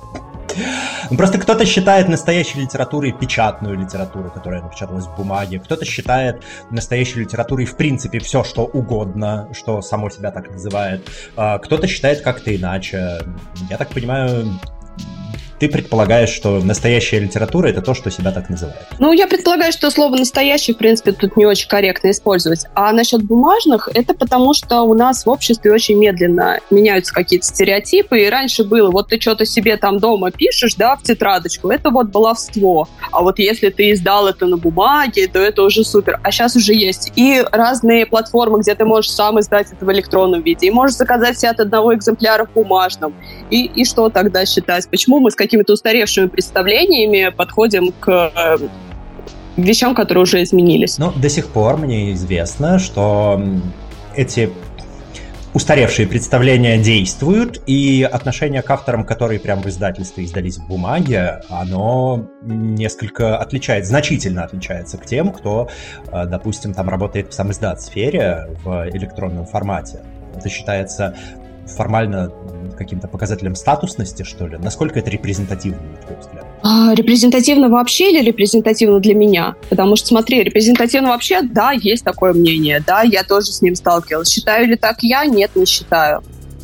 Просто кто-то считает настоящей литературой печатную литературу, которая напечаталась в бумаге. Кто-то считает настоящей литературой в принципе все, что угодно, что само себя так называет. Кто-то считает как-то иначе. Я так понимаю, ты предполагаешь, что настоящая литература — это то, что себя так называет. Ну, я предполагаю, что слово «настоящий», в принципе, тут не очень корректно использовать. А насчет бумажных, это потому, что у нас в обществе очень медленно меняются какие-то стереотипы. И раньше было, вот ты что-то себе там дома пишешь, да, в тетрадочку, это вот баловство. А вот если ты издал это на бумаге, то это уже супер. А сейчас уже есть и разные платформы, где ты можешь сам издать это в электронном виде, и можешь заказать себе от одного экземпляра в бумажном. И, и что тогда считать? Почему мы с какими-то устаревшими представлениями подходим к э, вещам, которые уже изменились? Ну, до сих пор мне известно, что эти устаревшие представления действуют, и отношение к авторам, которые прямо в издательстве издались в бумаге, оно несколько отличается, значительно отличается к тем, кто, допустим, там работает в самиздат-сфере в электронном формате. Это считается формально каким-то показателем статусности, что ли? Насколько это репрезентативно, на твой взгляд? А, репрезентативно вообще или репрезентативно для меня? Потому что, смотри, репрезентативно вообще, да, есть такое мнение, да, я тоже с ним сталкивалась. Считаю ли так я? Нет, не считаю.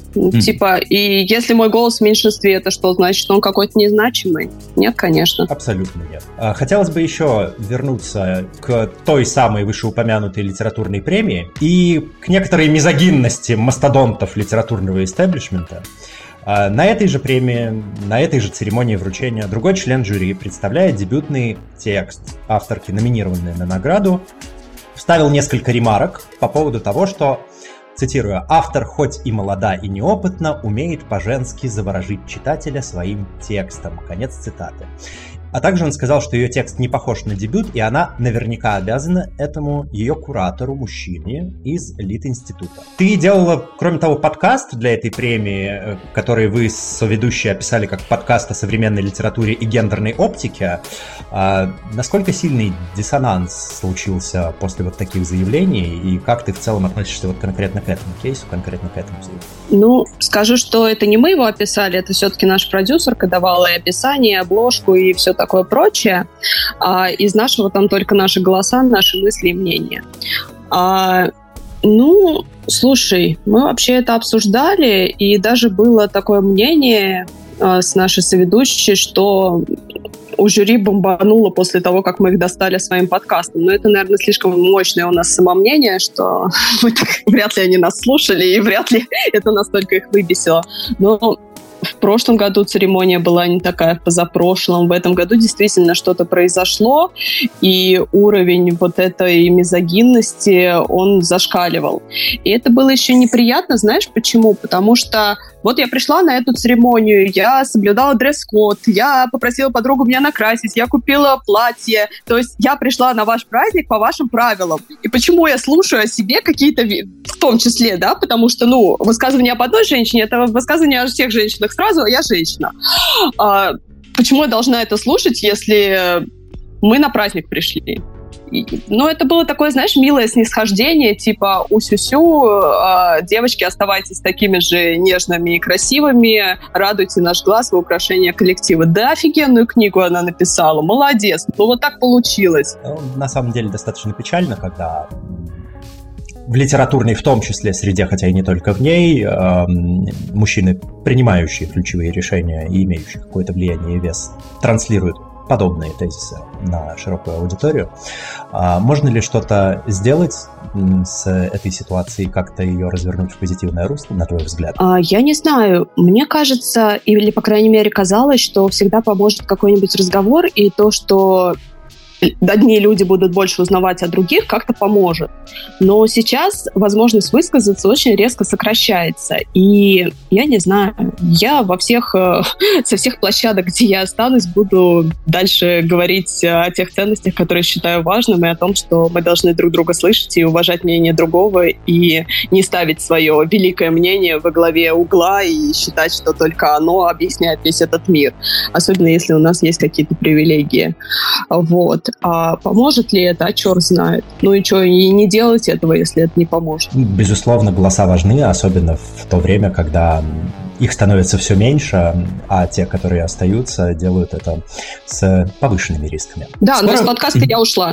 Mm. Типа, и если мой голос в меньшинстве, это что, значит, что он какой-то незначимый? Нет, конечно. Абсолютно нет. Хотелось бы еще вернуться к той самой вышеупомянутой литературной премии и к некоторой мизогинности мастодонтов литературного истеблишмента. На этой же премии, на этой же церемонии вручения другой член жюри, представляя дебютный текст авторки, номинированной на награду, вставил несколько ремарок по поводу того, что, цитирую, «автор, хоть и молода и неопытна, умеет по-женски заворожить читателя своим текстом». Конец цитаты. А также он сказал, что ее текст не похож на дебют, и она наверняка обязана этому ее куратору, мужчине из Лит-института. Ты делала, кроме того, подкаст для этой премии, который вы с соведущей описали как подкаст о современной литературе и гендерной оптике. А насколько сильный диссонанс случился после вот таких заявлений, и как ты в целом относишься вот конкретно к этому кейсу, конкретно к этому заявлению? Ну, скажу, что это не мы его описали, это все-таки наш продюсерка давала и описание, и обложку, и все такое прочее. А из нашего там только наши голоса, наши мысли и мнения. А, ну, слушай, мы вообще это обсуждали, и даже было такое мнение а, с нашей соведущей, что у жюри бомбануло после того, как мы их достали своим подкастом. Но это, наверное, слишком мощное у нас самомнение, что вряд ли они нас слушали, и вряд ли это настолько их выбесило. Но в прошлом году церемония была не такая, в позапрошлом. В этом году действительно что-то произошло, и уровень вот этой мизогинности, он зашкаливал. И это было еще неприятно, знаешь почему? Потому что вот я пришла на эту церемонию, я соблюдала дресс-код, я попросила подругу меня накрасить, я купила платье. То есть я пришла на ваш праздник по вашим правилам. И почему я слушаю о себе какие-то, в том числе, да, потому что, ну, высказывание об одной женщине, это высказывание о всех женщинах сразу, а я женщина. А, почему я должна это слушать, если мы на праздник пришли? Ну, это было такое, знаешь, милое снисхождение, типа «У-сю-сю, э, девочки, оставайтесь такими же нежными и красивыми, радуйте наш глаз, вы украшение коллектива». Да, офигенную книгу она написала, молодец, ну вот так получилось. На самом деле достаточно печально, когда в литературной, в том числе, среде, хотя и не только в ней, э, мужчины, принимающие ключевые решения и имеющие какое-то влияние и вес, транслируют подобные тезисы на широкую аудиторию. А можно ли что-то сделать с этой ситуацией, как-то ее развернуть в позитивное русло, на твой взгляд? А, я не знаю. Мне кажется, или, по крайней мере, казалось, что всегда поможет какой-нибудь разговор, и то, что одни люди будут больше узнавать о других, как-то поможет. Но сейчас возможность высказаться очень резко сокращается. И я не знаю, я во всех, со всех площадок, где я останусь, буду дальше говорить о тех ценностях, которые считаю важным, и о том, что мы должны друг друга слышать и уважать мнение другого, и не ставить свое великое мнение во главе угла и считать, что только оно объясняет весь этот мир. Особенно если у нас есть какие-то привилегии. Вот. А поможет ли это? А черт знает. Ну и что, и не делать этого, если это не поможет. Безусловно, голоса важны, особенно в то время, когда их становится все меньше, а те, которые остаются, делают это с повышенными рисками. Да, Скоро... но с подкаста я ушла.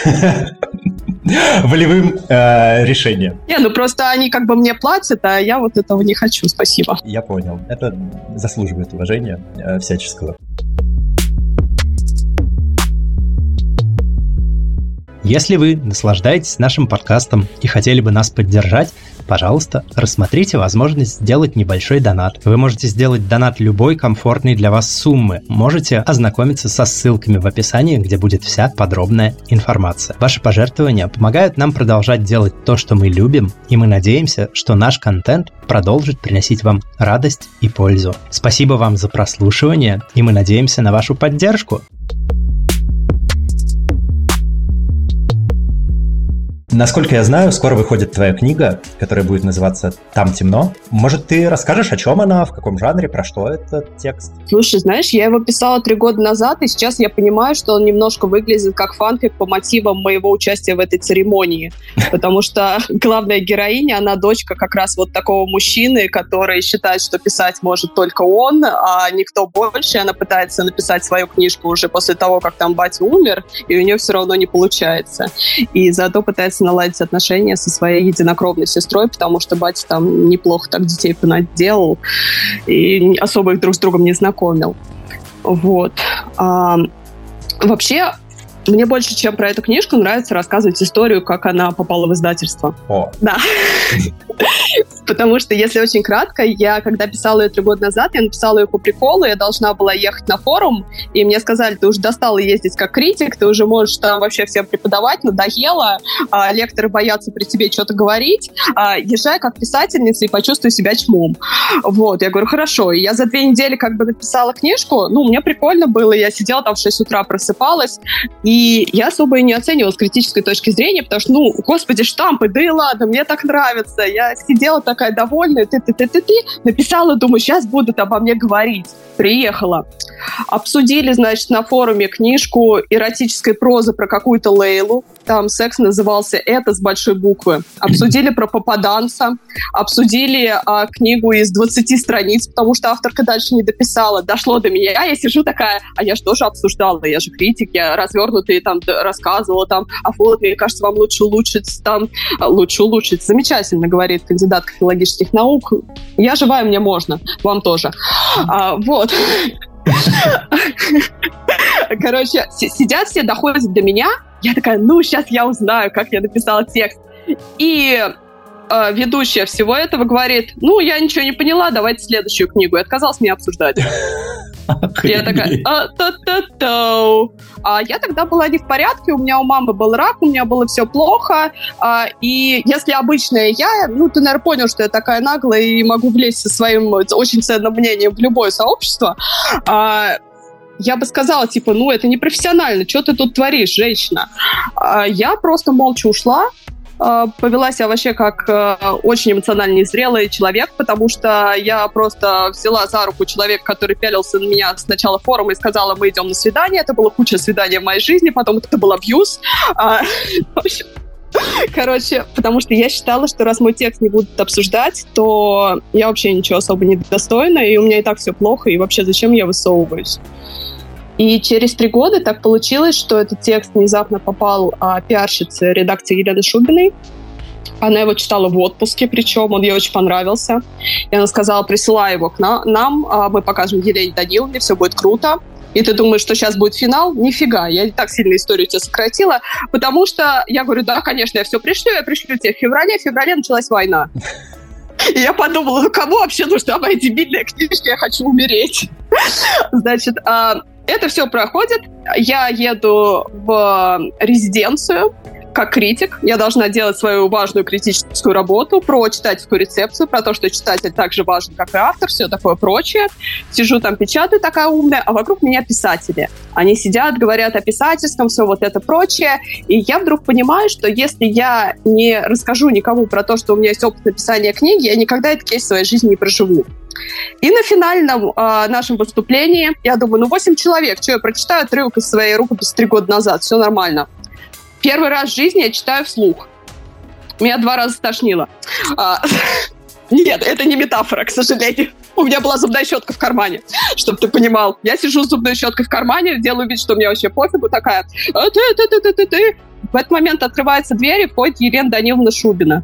Волевым э, решением. Не, ну просто они как бы мне платят, а я вот этого не хочу, спасибо. Я понял. Это заслуживает уважения э, всяческого. Если вы наслаждаетесь нашим подкастом и хотели бы нас поддержать, пожалуйста, рассмотрите возможность сделать небольшой донат. Вы можете сделать донат любой комфортной для вас суммы. Можете ознакомиться со ссылками в описании, где будет вся подробная информация. Ваши пожертвования помогают нам продолжать делать то, что мы любим, и мы надеемся, что наш контент продолжит приносить вам радость и пользу. Спасибо вам за прослушивание, и мы надеемся на вашу поддержку. Насколько я знаю, скоро выходит твоя книга, которая будет называться «Там темно». Может, ты расскажешь, о чем она, в каком жанре, про что этот текст? Слушай, знаешь, я его писала три года назад, и сейчас я понимаю, что он немножко выглядит как фанфик по мотивам моего участия в этой церемонии. Потому что главная героиня, она дочка как раз вот такого мужчины, который считает, что писать может только он, а никто больше. Она пытается написать свою книжку уже после того, как там батя умер, и у нее все равно не получается. И зато пытается пытается наладить отношения со своей единокровной сестрой, потому что батя там неплохо так детей понаделал и особо их друг с другом не знакомил. Вот. А, вообще, мне больше, чем про эту книжку, нравится рассказывать историю, как она попала в издательство. О. Да. Потому что, если очень кратко, я, когда писала ее три года назад, я написала ее по приколу, я должна была ехать на форум, и мне сказали, ты уже достала ездить как критик, ты уже можешь там вообще всем преподавать, надоело, а, лекторы боятся при тебе что-то говорить, а, езжай как писательница и почувствуй себя чмом. Вот, я говорю, хорошо. И я за две недели как бы написала книжку, ну, мне прикольно было, я сидела там в шесть утра, просыпалась, и я особо и не оценивала с критической точки зрения, потому что, ну, господи, штампы, да и ладно, мне так нравится. Я сидела такая довольная, ты-ты-ты-ты-ты, написала, думаю, сейчас будут обо мне говорить. Приехала. Обсудили, значит, на форуме книжку эротической прозы про какую-то Лейлу. Там секс назывался «Это» с большой буквы. Обсудили про попаданца. Обсудили а, книгу из двадцати страниц, потому что авторка дальше не дописала. Дошло до меня. Я сижу такая, а я же тоже обсуждала. Я же критик, я развернутые там рассказывала там, а вот, мне кажется, вам лучше улучшить там, лучше улучшить. Замечательно, говорит кандидатка филологических наук. Я живая, мне можно. Вам тоже. А, вот. Короче, сидят все, доходят до меня. Я такая, ну, сейчас я узнаю, как я написала текст. И э, ведущая всего этого говорит, ну, я ничего не поняла, давайте следующую книгу. И отказалась меня обсуждать. Я такая, а, та-та-та. А я тогда была не в порядке, у меня у мамы был рак, у меня было все плохо, а, и если обычная я, ну, ты, наверное, понял, что я такая наглая и могу влезть со своим очень ценным мнением в любое сообщество, а, я бы сказала, типа, ну, это не профессионально, что ты тут творишь, женщина? А, я просто молча ушла, повела себя вообще как э, очень эмоционально незрелый человек, потому что я просто взяла за руку человека, который пялился на меня с начала форума и сказала, мы идем на свидание. Это было худшее свидание в моей жизни, потом это был абьюз. А, в общем, короче, потому что я считала, что раз мой текст не будут обсуждать, то я вообще ничего особо не достойна, и у меня и так все плохо, и вообще зачем я высовываюсь? И через три года так получилось, что этот текст внезапно попал а, пиарщице редакции Елены Шубиной. Она его читала в отпуске, причем он ей очень понравился. И она сказала, присылай его к на- нам, а мы покажем Елене Даниловне, все будет круто. И ты думаешь, что сейчас будет финал? Нифига, я не так сильно историю тебе сократила, потому что я говорю, да, конечно, я все пришлю, я пришлю тебе в феврале, в феврале началась война. И я подумала, ну кому вообще нужна моя дебильная книжка, я хочу умереть. Значит, это все проходит, я еду в резиденцию как критик, я должна делать свою важную критическую работу про читательскую рецепцию, про то, что читатель так же важен, как и автор, все такое прочее. Сижу там, печатаю такая умная, а вокруг меня писатели. Они сидят, говорят о писательском, все вот это прочее. И я вдруг понимаю, что если я не расскажу никому про то, что у меня есть опыт написания книги, я никогда этот кейс в своей жизни не проживу. И на финальном э, нашем выступлении я думаю, ну восемь человек, что я прочитаю отрывок из своей рукописи три года назад, все нормально. Первый раз в жизни я читаю вслух. Меня два раза стошнило. А, нет, это не метафора, к сожалению. У меня была зубная щетка в кармане, чтобы ты понимал. Я сижу с зубной щеткой в кармане, делаю вид, что мне вообще пофигу, такая. А, ты, ты, ты, ты, ты, ты. В этот момент открывается дверь, и входит Елена Даниловна Шубина.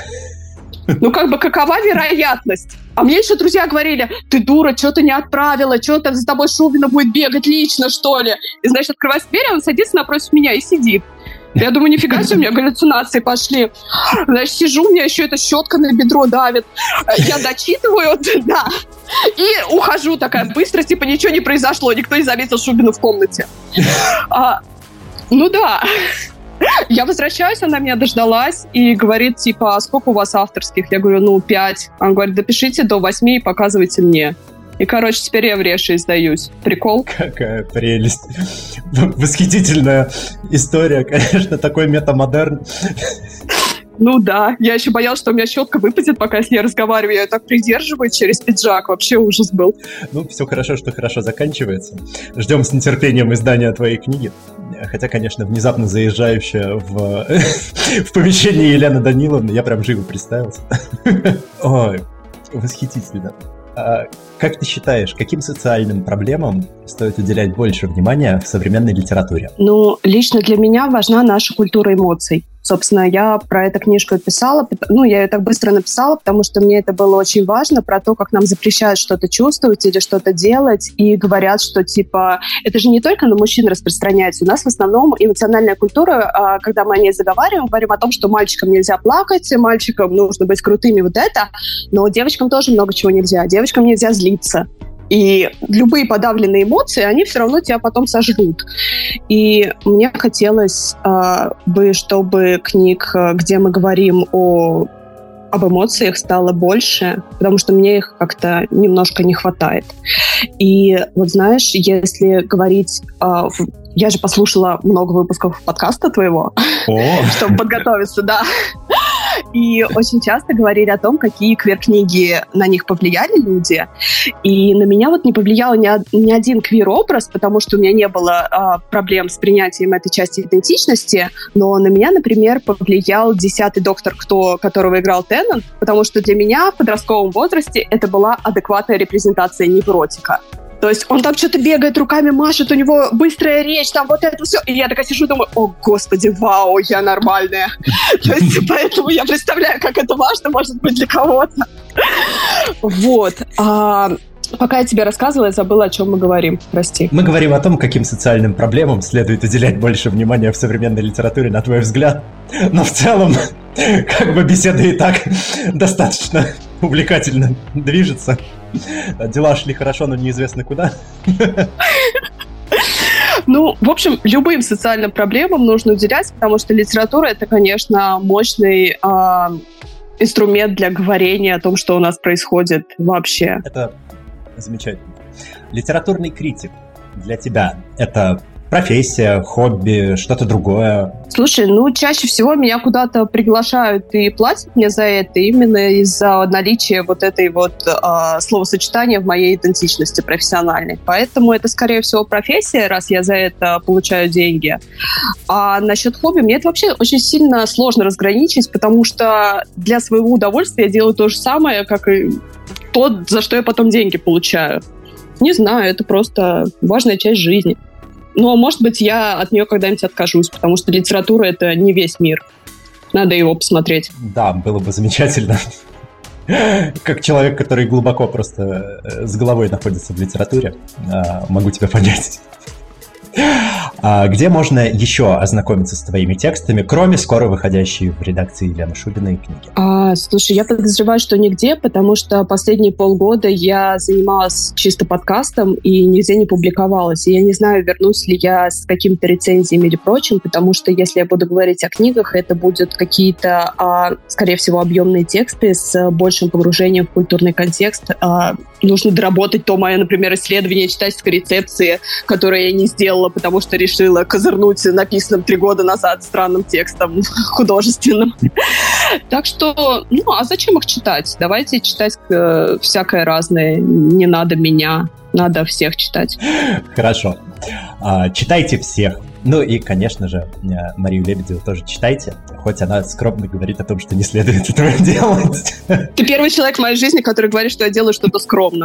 Ну, как бы, какова вероятность? А мне еще друзья говорили, ты дура, что ты не отправила, что ты за тобой Шубина будет бегать лично, что ли? И, значит, открывается дверь, он садится напротив меня и сидит. Я думаю, нифига себе, у меня галлюцинации пошли. Значит, сижу, у меня еще эта щетка на бедро давит. Я дочитываю, да, и ухожу такая быстро, типа ничего не произошло, никто не заметил Шубину в комнате. А, ну да. Я возвращаюсь, она меня дождалась и говорит, типа, а сколько у вас авторских? Я говорю, ну, пять. Она говорит, допишите до восьми и показывайте мне. И, короче, теперь я в Реше издаюсь. Прикол? Какая прелесть. Восхитительная история, конечно, такой метамодерн. Ну да, я еще боялась, что у меня щетка выпадет, пока я с ней разговариваю. Я ее так придерживаю через пиджак. Вообще ужас был. Ну, все хорошо, что хорошо заканчивается. Ждем с нетерпением издания твоей книги. Хотя, конечно, внезапно заезжающая в, в помещение Елены Даниловны, я прям живо представился. Ой, восхитительно. А как ты считаешь, каким социальным проблемам стоит уделять больше внимания в современной литературе? Ну, лично для меня важна наша культура эмоций. Собственно, я про эту книжку писала, ну, я ее так быстро написала, потому что мне это было очень важно, про то, как нам запрещают что-то чувствовать или что-то делать, и говорят, что, типа, это же не только на мужчин распространяется. У нас в основном эмоциональная культура, когда мы о ней заговариваем, говорим о том, что мальчикам нельзя плакать, мальчикам нужно быть крутыми, вот это, но девочкам тоже много чего нельзя. Девочкам нельзя злиться. И любые подавленные эмоции, они все равно тебя потом сожрут. И мне хотелось э, бы, чтобы книг, где мы говорим о, об эмоциях, стало больше, потому что мне их как-то немножко не хватает. И вот знаешь, если говорить... Э, в... Я же послушала много выпусков подкаста твоего, чтобы подготовиться, да. И очень часто говорили о том, какие квир-книги на них повлияли люди. И на меня вот не повлиял ни, ни один квир-образ, потому что у меня не было а, проблем с принятием этой части идентичности. Но на меня, например, повлиял десятый доктор Кто, которого играл Теннант, потому что для меня в подростковом возрасте это была адекватная репрезентация невротика. То есть он там что-то бегает, руками машет, у него быстрая речь, там вот это все. И я такая сижу и думаю, о, господи, вау, я нормальная. То есть поэтому я представляю, как это важно, может быть, для кого-то. Вот. Пока я тебе рассказывала, я забыла, о чем мы говорим. Прости. Мы говорим о том, каким социальным проблемам следует уделять больше внимания в современной литературе, на твой взгляд. Но в целом, как бы беседа и так достаточно увлекательно движется. Дела шли хорошо, но неизвестно куда. Ну, в общем, любым социальным проблемам нужно уделять, потому что литература — это, конечно, мощный э, инструмент для говорения о том, что у нас происходит вообще. Это замечательно. Литературный критик для тебя — это профессия, хобби, что-то другое? Слушай, ну, чаще всего меня куда-то приглашают и платят мне за это именно из-за наличия вот этой вот э, словосочетания в моей идентичности профессиональной. Поэтому это, скорее всего, профессия, раз я за это получаю деньги. А насчет хобби, мне это вообще очень сильно сложно разграничить, потому что для своего удовольствия я делаю то же самое, как и то, за что я потом деньги получаю. Не знаю, это просто важная часть жизни. Но, может быть, я от нее когда-нибудь откажусь, потому что литература — это не весь мир. Надо его посмотреть. Да, было бы замечательно. Как человек, который глубоко просто с головой находится в литературе, могу тебя понять. А где можно еще ознакомиться с твоими текстами, кроме скоро выходящей в редакции Елены Шубиной книги? А, слушай, я подозреваю, что нигде, потому что последние полгода я занималась чисто подкастом и нигде не публиковалась. И я не знаю, вернусь ли я с какими-то рецензиями или прочим, потому что если я буду говорить о книгах, это будут какие-то, а, скорее всего, объемные тексты с большим погружением в культурный контекст. А, нужно доработать то мое, например, исследование читательской рецепции, которое я не сделала, потому что решила козырнуть написанным три года назад странным текстом художественным. Так что, ну, а зачем их читать? Давайте читать э, всякое разное. Не надо меня, надо всех читать. Хорошо. А, читайте всех. Ну и, конечно же, Марию Лебедеву тоже читайте, хоть она скромно говорит о том, что не следует этого делать. Ты первый человек в моей жизни, который говорит, что я делаю что-то скромно.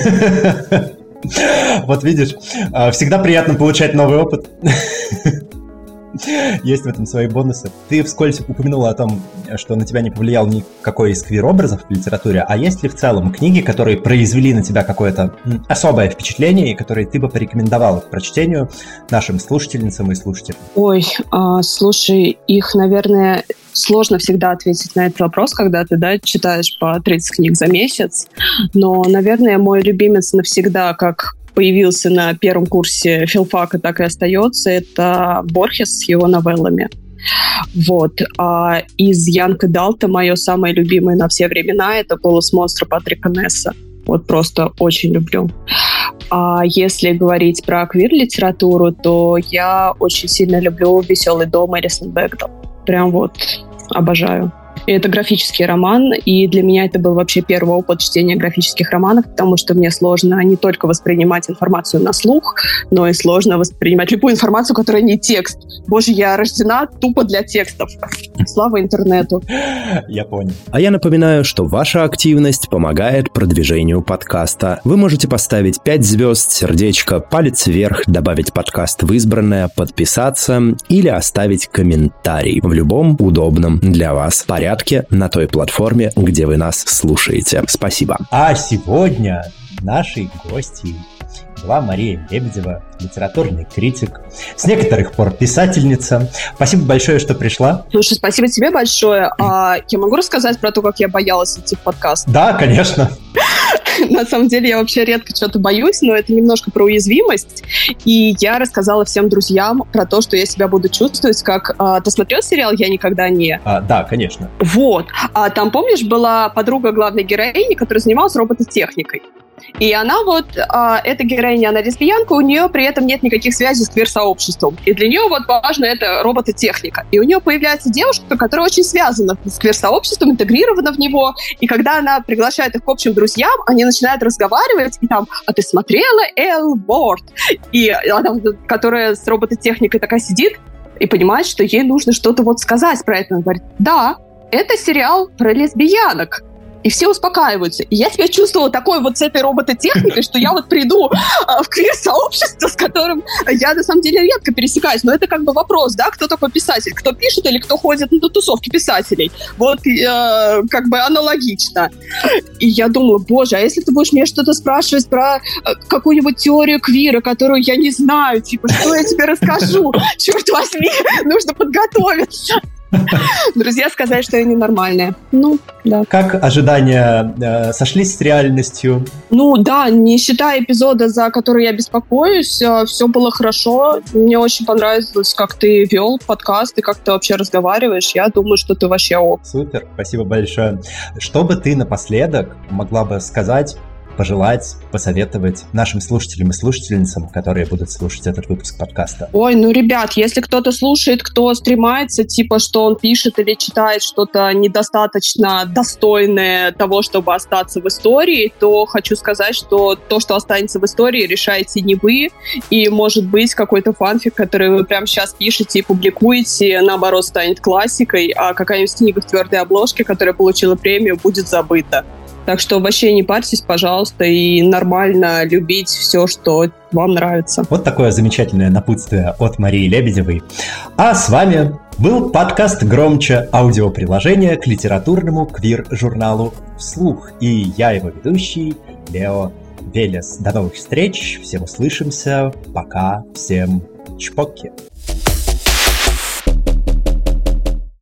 Вот видишь, всегда приятно получать новый опыт. Есть в этом свои бонусы. Ты вскользь упомянула о том, что на тебя не повлиял никакой из квир-образов в литературе, а есть ли в целом книги, которые произвели на тебя какое-то особое впечатление и которые ты бы порекомендовала к прочтению нашим слушательницам и слушателям? Ой, а, слушай, их, наверное, сложно всегда ответить на этот вопрос, когда ты, да, читаешь по тридцать книг за месяц, но, наверное, мой любимец навсегда, как появился на первом курсе филфака, так и остается, это Борхес с его новеллами. Вот. А из Янг Адалта мое самое любимое на все времена — это «Голос монстра» Патрика Несса. Вот просто очень люблю. А если говорить про квир-литературу, то я очень сильно люблю «Веселый дом» Элисон Бэгдал. Прям вот обожаю. И это графический роман, и для меня это был вообще первый опыт чтения графических романов, потому что мне сложно не только воспринимать информацию на слух, но и сложно воспринимать любую информацию, которая не текст. Боже, я рождена тупо для текстов. Слава интернету. Я понял. А я напоминаю, что ваша активность помогает продвижению подкаста. Вы можете поставить пять звезд, сердечко, палец вверх, добавить подкаст в избранное, подписаться или оставить комментарий в любом удобном для вас порядке на той платформе, где вы нас слушаете. Спасибо. А сегодня нашей гостьей была Мария Лебедева, литературный критик, с некоторых пор писательница. Спасибо большое, что пришла. Слушай, спасибо тебе большое. А я могу рассказать про то, как я боялась идти в подкаст? Да, конечно. На самом деле я вообще редко что-то боюсь, но это немножко про уязвимость. И я рассказала всем друзьям про то, что я себя буду чувствовать как... А, ты смотрел сериал «Я никогда не»? А, да, конечно. Вот. А там, помнишь, была подруга главной героини, которая занималась робототехникой. И она вот, а, эта героиня, она лесбиянка, у нее при этом нет никаких связей с квир-сообществом. И для нее вот важно это робототехника. И у нее появляется девушка, которая очень связана с квир-сообществом, интегрирована в него. И когда она приглашает их к общим друзьям, они начинают разговаривать, и там, а ты смотрела Эл Борд? И она, которая с робототехникой такая сидит и понимает, что ей нужно что-то вот сказать про это. Она говорит, да, это сериал про лесбиянок. И все успокаиваются. И я себя чувствовала такой вот с этой робототехникой, что я вот приду в квир-сообщество, с которым я на самом деле редко пересекаюсь. Но это как бы вопрос, да, кто такой писатель? Кто пишет или кто ходит на тусовки писателей? Вот э, как бы аналогично. И я думала, боже, а если ты будешь мне что-то спрашивать про какую-нибудь теорию квира, которую я не знаю, типа, что я тебе расскажу? Черт возьми, нужно подготовиться. Друзья сказали, что я ненормальная. Ну, да. Как ожидания э, сошлись с реальностью? Ну, да, не считая эпизода, за который я беспокоюсь, э, все было хорошо. Мне очень понравилось, как ты вел подкаст и как ты вообще разговариваешь. Я думаю, что ты вообще ок. Супер, спасибо большое. Что бы ты напоследок могла бы сказать, пожелать, посоветовать нашим слушателям и слушательницам, которые будут слушать этот выпуск подкаста? Ой, ну, ребят, если кто-то слушает, кто стремается, типа, что он пишет или читает что-то недостаточно достойное того, чтобы остаться в истории, то хочу сказать, что то, что останется в истории, решаете не вы, и, может быть, какой-то фанфик, который вы прямо сейчас пишете и публикуете, наоборот, станет классикой, а какая-нибудь книга в твердой обложке, которая получила премию, будет забыта. Так что вообще не парьтесь, пожалуйста, и нормально любить все, что вам нравится. Вот такое замечательное напутствие от Марии Лебедевой. А с вами был подкаст «Громче», аудиоприложение к литературному квир-журналу «Вслух». И я его ведущий Лео Велес. До новых встреч, всем услышимся, пока, всем чпоки.